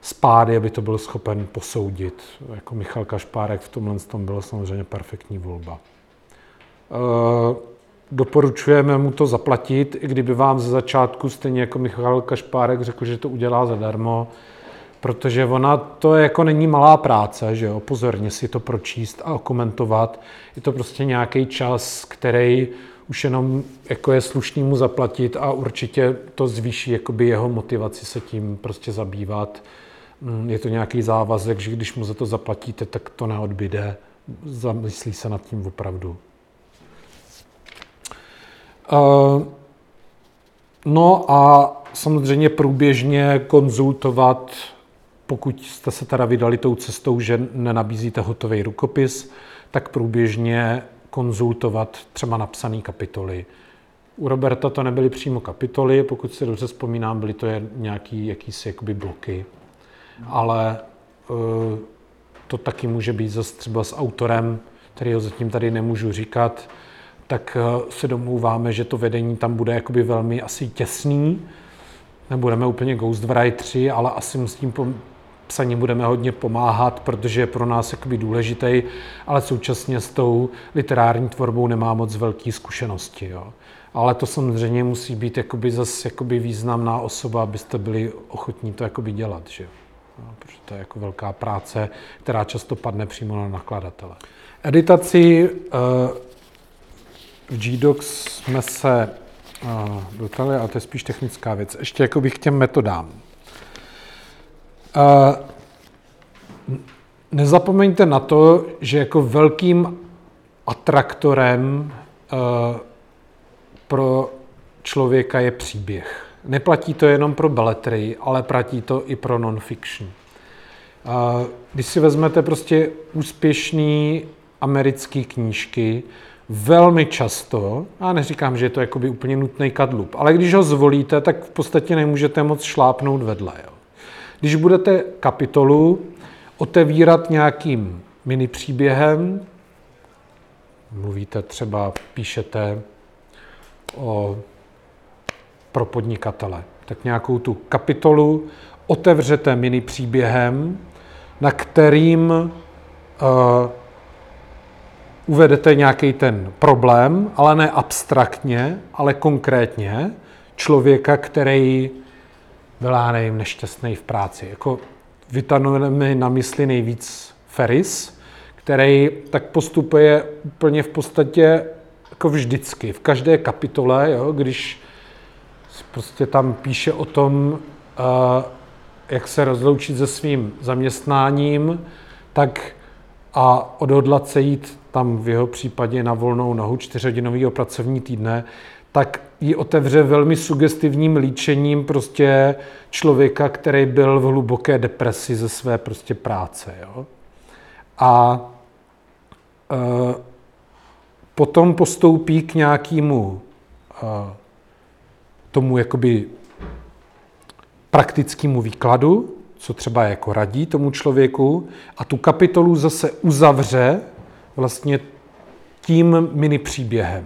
spády, aby to byl schopen posoudit. Jako Michal Kašpárek v tomhle tom bylo samozřejmě perfektní volba. E, doporučujeme mu to zaplatit, i kdyby vám ze začátku stejně jako Michal Kašpárek řekl, že to udělá zadarmo, protože ona to jako není malá práce, že jo, pozorně si to pročíst a komentovat. Je to prostě nějaký čas, který už jenom jako je slušný mu zaplatit a určitě to zvýší jakoby jeho motivaci se tím prostě zabývat. Je to nějaký závazek, že když mu za to zaplatíte, tak to neodbyde. Zamyslí se nad tím opravdu. Uh, no a samozřejmě průběžně konzultovat, pokud jste se teda vydali tou cestou, že nenabízíte hotový rukopis, tak průběžně konzultovat třeba napsané kapitoly. U Roberta to nebyly přímo kapitoly, pokud si dobře vzpomínám, byly to nějaký jakýsi jakoby bloky, ale uh, to taky může být zase třeba s autorem, kterýho zatím tady nemůžu říkat, tak uh, se domlouváme, že to vedení tam bude jakoby velmi asi těsný, nebudeme úplně ghostwriteri, ale asi mu s tím pom- psaním budeme hodně pomáhat, protože je pro nás jakoby důležitý, ale současně s tou literární tvorbou nemá moc velké zkušenosti. Jo. Ale to samozřejmě musí být jakoby zase jakoby významná osoba, abyste byli ochotní to jakoby dělat. Že? No, protože to je jako velká práce, která často padne přímo na nakladatele. Editaci v G Docs jsme se dotali, ale to je spíš technická věc. Ještě jakoby k těm metodám. Uh, nezapomeňte na to, že jako velkým atraktorem uh, pro člověka je příběh. Neplatí to jenom pro beletrii, ale platí to i pro non-fiction. Uh, když si vezmete prostě úspěšný americké knížky, velmi často, já neříkám, že je to jakoby úplně nutný kadlub, ale když ho zvolíte, tak v podstatě nemůžete moc šlápnout vedle. Jo. Když budete kapitolu otevírat nějakým mini příběhem, mluvíte třeba, píšete o, pro podnikatele, tak nějakou tu kapitolu otevřete mini příběhem, na kterým uh, uvedete nějaký ten problém, ale ne abstraktně, ale konkrétně člověka, který byl, já nevím, nešťastný v práci. Jako vytanuje mi na mysli nejvíc Ferris, který tak postupuje úplně v podstatě jako vždycky. V každé kapitole, jo, když prostě tam píše o tom, uh, jak se rozloučit se svým zaměstnáním, tak a odhodlat se jít tam v jeho případě na volnou nohu čtyřhodinového pracovní týdne, tak ji otevře velmi sugestivním líčením prostě člověka, který byl v hluboké depresi ze své prostě práce. Jo? A e, potom postoupí k nějakému e, tomu jakoby praktickému výkladu, co třeba jako radí tomu člověku, a tu kapitolu zase uzavře vlastně tím mini příběhem.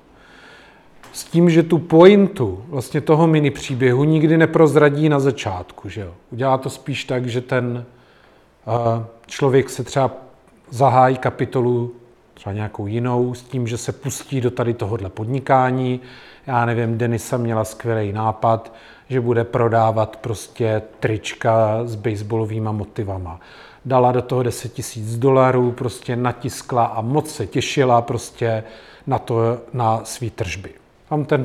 S tím, že tu pointu vlastně toho mini příběhu nikdy neprozradí na začátku. Že jo? Udělá to spíš tak, že ten uh, člověk se třeba zahájí kapitolu třeba nějakou jinou s tím, že se pustí do tady tohohle podnikání. Já nevím, Denisa měla skvělý nápad, že bude prodávat prostě trička s baseballovýma motivama. Dala do toho deset tisíc dolarů, prostě natiskla a moc se těšila prostě na to, na svý tržby. Tam ten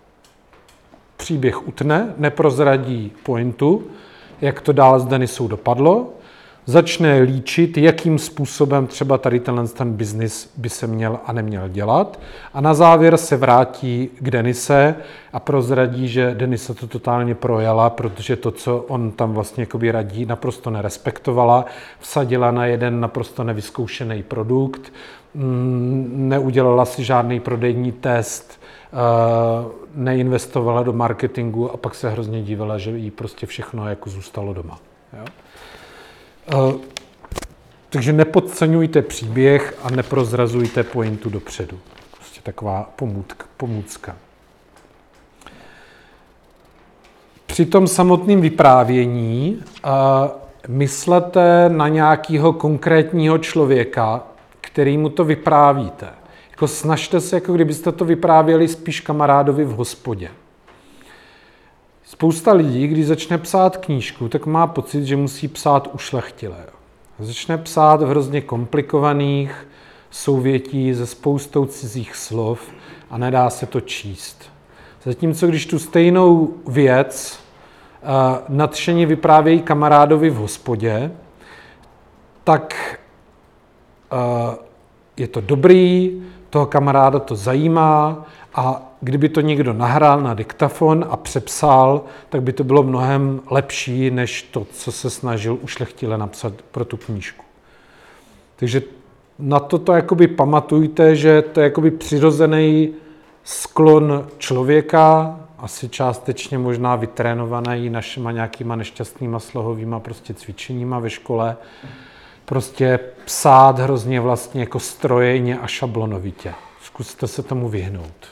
příběh utne, neprozradí pointu, jak to dál s Denisou dopadlo, začne líčit, jakým způsobem třeba tady tenhle ten biznis by se měl a neměl dělat, a na závěr se vrátí k Denise a prozradí, že Denisa to totálně projela, protože to, co on tam vlastně jakoby radí, naprosto nerespektovala, vsadila na jeden naprosto nevyzkoušený produkt, neudělala si žádný prodejní test, neinvestovala do marketingu a pak se hrozně dívala, že jí prostě všechno jako zůstalo doma. Jo? Uh, takže nepodceňujte příběh a neprozrazujte pointu dopředu. Prostě taková pomůcka. pomůcka. při tom samotném vyprávění uh, myslete na nějakého konkrétního člověka, kterýmu to vyprávíte. Jako snažte se, jako kdybyste to vyprávěli spíš kamarádovi v hospodě. Spousta lidí, když začne psát knížku, tak má pocit, že musí psát ušlechtile. Začne psát v hrozně komplikovaných souvětí se spoustou cizích slov a nedá se to číst. Zatímco když tu stejnou věc uh, nadšeně vyprávějí kamarádovi v hospodě, tak uh, je to dobrý, toho kamaráda to zajímá a kdyby to někdo nahrál na diktafon a přepsal, tak by to bylo mnohem lepší, než to, co se snažil ušlechtile napsat pro tu knížku. Takže na toto jakoby pamatujte, že to je jakoby přirozený sklon člověka, asi částečně možná vytrénovaný našima nějakýma nešťastnýma slohovýma prostě cvičeníma ve škole, prostě psát hrozně vlastně jako strojejně a šablonovitě. Zkuste se tomu vyhnout.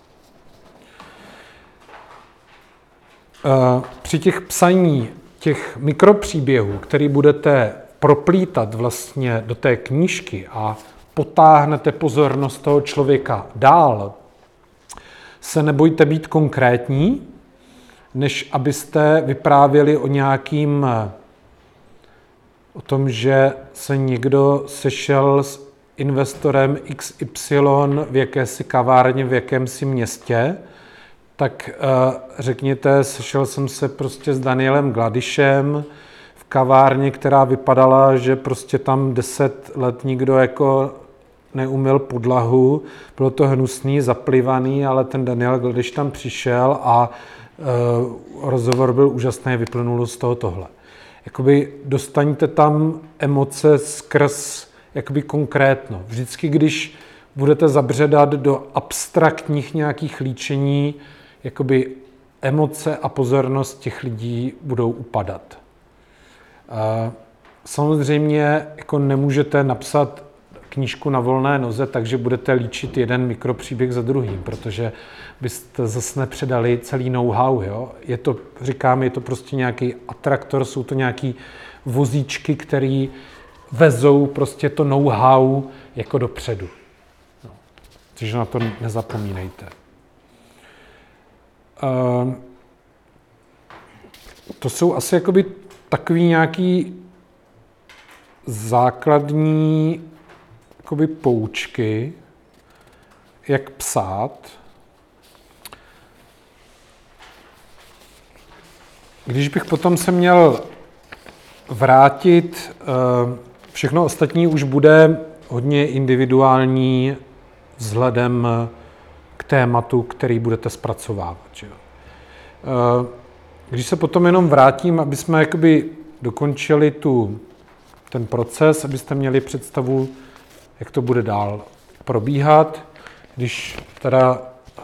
Při těch psaní těch mikropříběhů, který budete proplítat vlastně do té knížky a potáhnete pozornost toho člověka dál, se nebojte být konkrétní, než abyste vyprávěli o nějakým, o tom, že se někdo sešel s investorem X Y v jakési kavárně v jakémsi městě, tak uh, řekněte, sešel jsem se prostě s Danielem Gladišem v kavárně, která vypadala, že prostě tam deset let nikdo jako neumyl podlahu. Bylo to hnusný, zaplivaný, ale ten Daniel Gladiš tam přišel a uh, rozhovor byl úžasný, vyplynulo z toho tohle. Jakoby dostaňte tam emoce skrz jakoby konkrétno. Vždycky, když budete zabředat do abstraktních nějakých líčení, jakoby emoce a pozornost těch lidí budou upadat. Samozřejmě jako nemůžete napsat knížku na volné noze, takže budete líčit jeden mikropříběh za druhým, protože byste zase nepředali celý know-how. Jo? Je to, říkám, je to prostě nějaký atraktor, jsou to nějaký vozíčky, který vezou prostě to know-how jako dopředu. No. Takže na to nezapomínejte. Uh, to jsou asi jakoby takový nějaký základní jakoby poučky, jak psát. Když bych potom se měl vrátit, uh, všechno ostatní už bude hodně individuální vzhledem k tématu, který budete zpracovávat. Že jo. Když se potom jenom vrátím, aby jsme jakoby dokončili tu, ten proces, abyste měli představu, jak to bude dál probíhat, když teda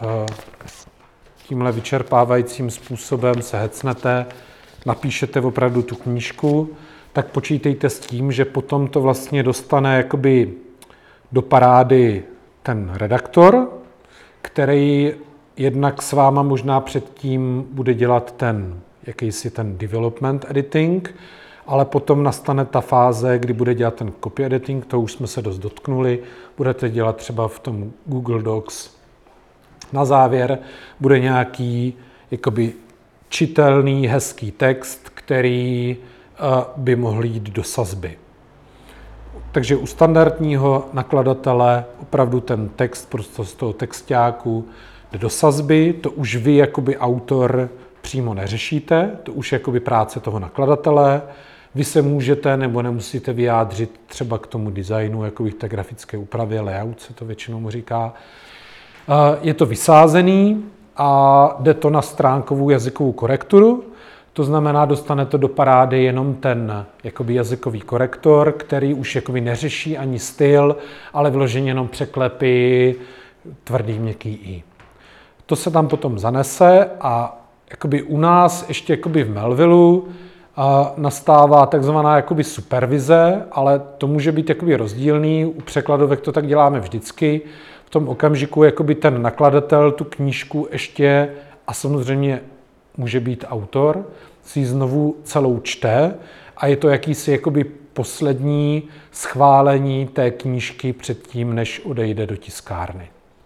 tímhle vyčerpávajícím způsobem se hecnete, napíšete opravdu tu knížku, tak počítejte s tím, že potom to vlastně dostane jakoby do parády ten redaktor, který jednak s váma možná předtím bude dělat ten jakýsi ten development editing, ale potom nastane ta fáze, kdy bude dělat ten copy editing, to už jsme se dost dotknuli, budete dělat třeba v tom Google Docs. Na závěr bude nějaký jakoby čitelný, hezký text, který uh, by mohl jít do sazby. Takže u standardního nakladatele opravdu ten text prostě z toho textáku jde do sazby, to už vy jakoby autor přímo neřešíte, to už je jakoby práce toho nakladatele. Vy se můžete nebo nemusíte vyjádřit třeba k tomu designu, jakoby té grafické úpravě, layout se to většinou říká. Je to vysázený a jde to na stránkovou jazykovou korekturu. To znamená, dostane to do parády jenom ten jakoby jazykový korektor, který už jakoby neřeší ani styl, ale vyloženě jenom překlepy, tvrdý, měkký i. To se tam potom zanese a jakoby u nás ještě jakoby v Melvillu a nastává takzvaná jakoby supervize, ale to může být jakoby rozdílný. U překladovek to tak děláme vždycky. V tom okamžiku jakoby ten nakladatel tu knížku ještě a samozřejmě může být autor, si ji znovu celou čte a je to jakýsi jakoby poslední schválení té knížky předtím, než odejde do tiskárny.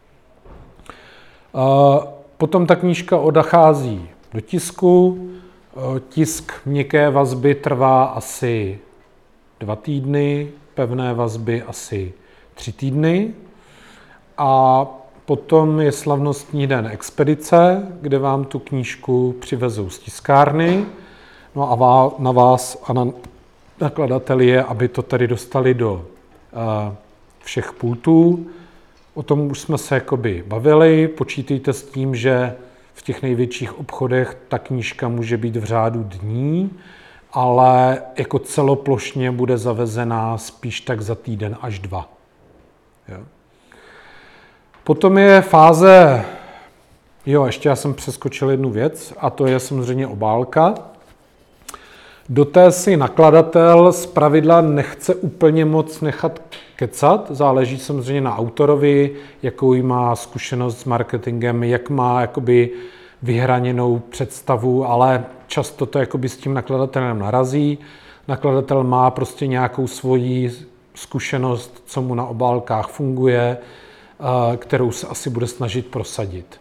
Potom ta knížka odchází do tisku. Tisk měkké vazby trvá asi dva týdny, pevné vazby asi tři týdny. A potom je slavnostní den expedice, kde vám tu knížku přivezou z tiskárny. No a na vás a na nakladateli je, aby to tady dostali do uh, všech pultů. O tom už jsme se jakoby bavili. Počítejte s tím, že v těch největších obchodech ta knížka může být v řádu dní, ale jako celoplošně bude zavezená spíš tak za týden až dva. Jo. Potom je fáze, jo, ještě já jsem přeskočil jednu věc, a to je samozřejmě obálka. Do té si nakladatel zpravidla nechce úplně moc nechat kecat, záleží samozřejmě na autorovi, jakou má zkušenost s marketingem, jak má jakoby vyhraněnou představu, ale často to jakoby s tím nakladatelem narazí. Nakladatel má prostě nějakou svoji zkušenost, co mu na obálkách funguje, kterou se asi bude snažit prosadit.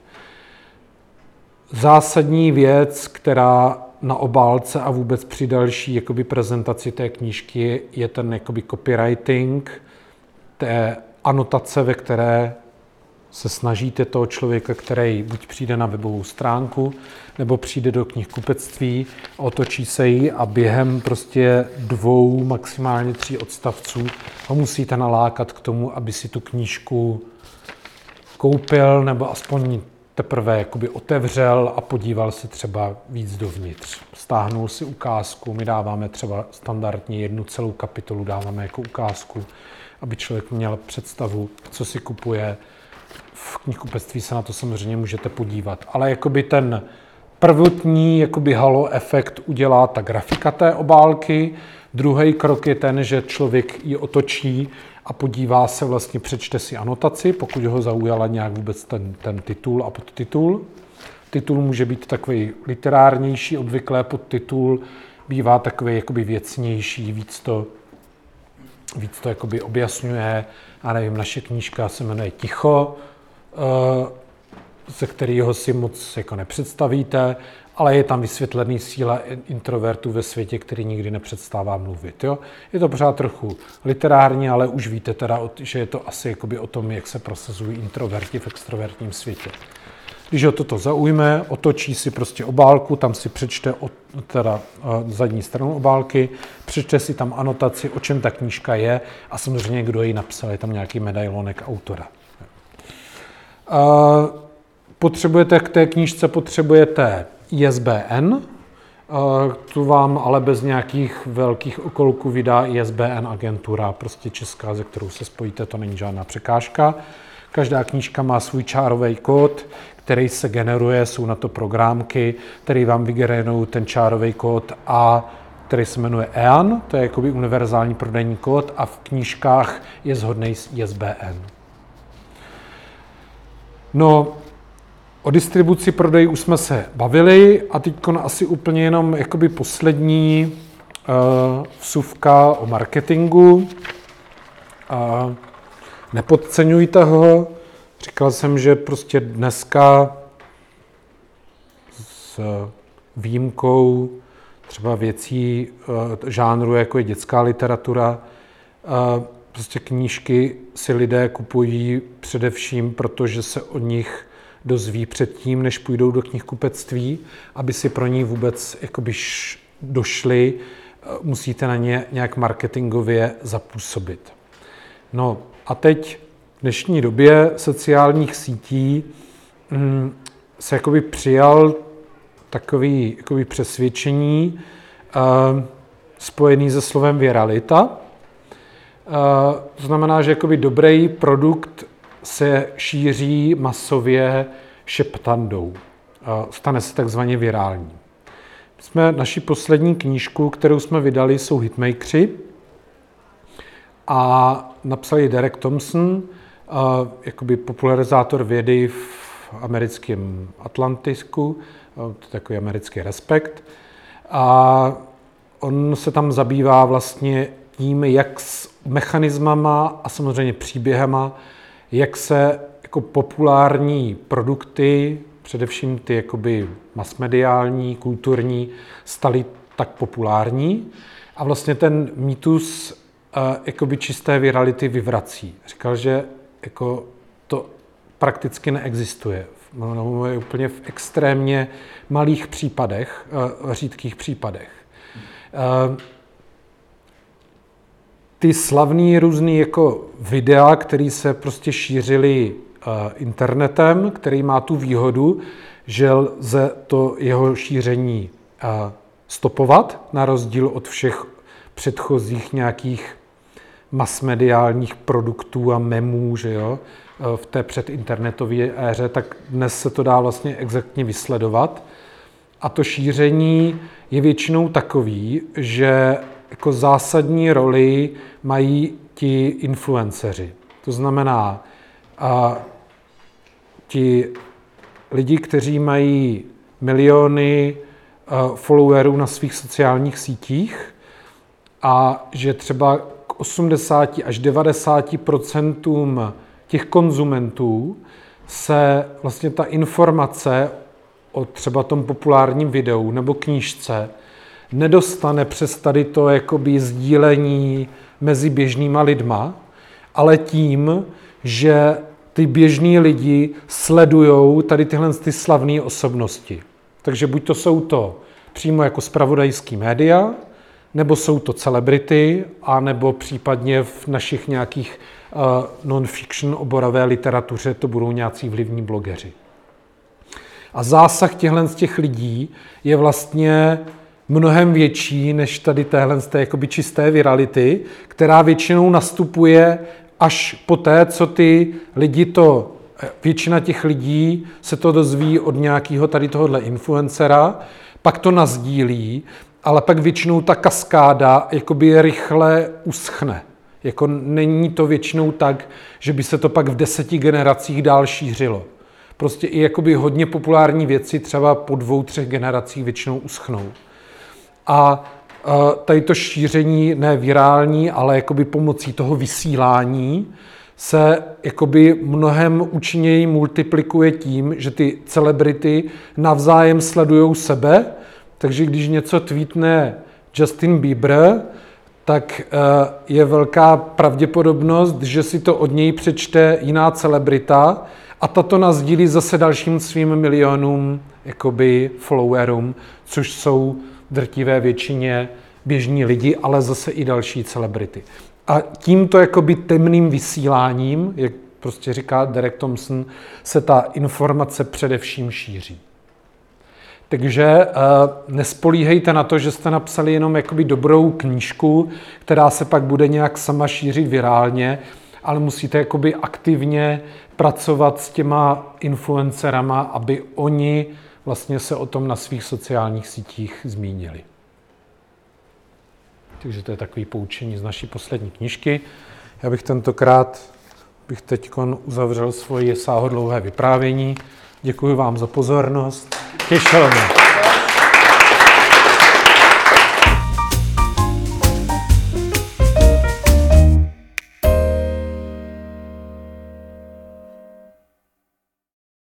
Zásadní věc, která na obálce a vůbec při další jakoby prezentaci té knížky je ten jakoby copywriting, té anotace, ve které se snažíte toho člověka, který buď přijde na webovou stránku, nebo přijde do knihkupectví, otočí se jí a během prostě dvou, maximálně tří odstavců ho musíte nalákat k tomu, aby si tu knížku koupil, nebo aspoň teprve jakoby otevřel a podíval se třeba víc dovnitř. Stáhnul si ukázku, my dáváme třeba standardně jednu celou kapitolu, dáváme jako ukázku, aby člověk měl představu, co si kupuje. V knihkupectví se na to samozřejmě můžete podívat. Ale jakoby ten prvotní jakoby halo efekt udělá ta grafika té obálky. Druhý krok je ten, že člověk ji otočí a podívá se, vlastně přečte si anotaci, pokud ho zaujala nějak vůbec ten, ten titul a podtitul. Titul může být takový literárnější, obvyklé podtitul bývá takový jakoby věcnější, víc to, víc to jakoby objasňuje. A nevím, naše knížka se jmenuje Ticho, ze kterého si moc jako nepředstavíte, ale je tam vysvětlený síla introvertů ve světě, který nikdy nepřestává mluvit. Jo? Je to pořád trochu literární, ale už víte teda, že je to asi jakoby o tom, jak se prosazují introverti v extrovertním světě. Když ho toto zaujme, otočí si prostě obálku, tam si přečte od, teda zadní stranu obálky, přečte si tam anotaci, o čem ta knížka je a samozřejmě, kdo ji napsal, je tam nějaký medailonek autora. Potřebujete k té knížce potřebujete I S B N, tu vám ale bez nějakých velkých okolků vydá I S B N agentura, prostě česká, ze kterou se spojíte, to není žádná překážka. Každá knížka má svůj čárový kód, který se generuje, jsou na to programky, které vám vygenerují ten čárový kód a který se jmenuje E A N, to je jakoby univerzální prodejní kód a v knížkách je shodný s I S B N. No, o distribuci prodeji už jsme se bavili a teď asi úplně jenom jakoby poslední uh, vsuvka o marketingu. Uh, nepodceňujte ho. Říkal jsem, že prostě dneska s výjimkou třeba věcí uh, žánru, jako je dětská literatura, uh, prostě knížky si lidé kupují především, protože se o nich dozví předtím, než půjdou do knihkupectví, aby si pro ní vůbec jakoby došli, musíte na ně nějak marketingově zapůsobit. No a teď v dnešní době sociálních sítí hm, se jakoby přijal takový jakoby přesvědčení eh, spojený se slovem viralita. Uh, to znamená, že jakoby dobrý produkt se šíří masově šeptandou. Uh, stane se takzvaně virální. My jsme naši poslední knížku, kterou jsme vydali, jsou Hitmakeri a napsal ji Derek Thompson, uh, jakoby popularizátor vědy v americkém Atlantisku, to je takový americký Respekt. A on se tam zabývá vlastně tím, jak s mechanismama a samozřejmě příběhama, jak se jako populární produkty, především ty jakoby masmediální, kulturní, staly tak populární. A vlastně ten mýtus uh, jakoby čisté virality vyvrací. Říkal, že jako to prakticky neexistuje. No, je úplně v extrémně malých případech, uh, řídkých případech. Uh, ty slavný různý jako videa, které se prostě šířily uh, internetem, který má tu výhodu, že lze to jeho šíření uh, stopovat, na rozdíl od všech předchozích nějakých masmediálních produktů a memů, že jo, v té předinternetové éře, tak dnes se to dá vlastně exaktně vysledovat. A to šíření je většinou takový, že jako zásadní roli mají ti influenceři. To znamená, a ti lidi, kteří mají miliony followerů na svých sociálních sítích a že třeba k osmdesáti až devadesáti procentům těch konzumentů se vlastně ta informace o třeba tom populárním videu nebo knížce nedostane přes tady to jakoby sdílení mezi běžnýma lidma, ale tím, že ty běžní lidi sledujou tady tyhle ty slavné osobnosti. Takže buď to jsou to přímo jako zpravodajský média, nebo jsou to celebrity, anebo případně v našich nějakých uh, non-fiction oborové literatuře to budou nějací vlivní blogeři. A zásah těchhle z těch lidí je vlastně mnohem větší než tady téhle z té jakoby čisté virality, která většinou nastupuje až po té, co ty lidi to, většina těch lidí se to dozví od nějakého tady tohohle influencera, pak to nasdílí, ale pak většinou ta kaskáda jakoby rychle uschne. Jako není to většinou tak, že by se to pak v deseti generacích dál šířilo. Prostě i jakoby hodně populární věci třeba po dvou, třech generacích většinou uschnou. A tady to šíření, ne virální, ale jakoby pomocí toho vysílání se jakoby mnohem účinněji multiplikuje tím, že ty celebrity navzájem sledujou sebe, takže když něco tweetne Justin Bieber, tak je velká pravděpodobnost, že si to od něj přečte jiná celebrita a ta to nasdílí zase dalším svým milionům jakoby followerům, což jsou drtivé většině běžní lidi, ale zase i další celebrity. A tímto jakoby temným vysíláním, jak prostě říká Derek Thompson, se ta informace především šíří. Takže uh, nespolíhejte na to, že jste napsali jenom jakoby dobrou knížku, která se pak bude nějak sama šířit virálně, ale musíte jakoby aktivně pracovat s těma influencerama, aby oni vlastně se o tom na svých sociálních sítích zmínili. Takže to je takové poučení z naší poslední knížky. Já bych tentokrát bych teďkon uzavřel svoje sáhodlouhé vyprávění. Děkuji vám za pozornost. Těšilo mě.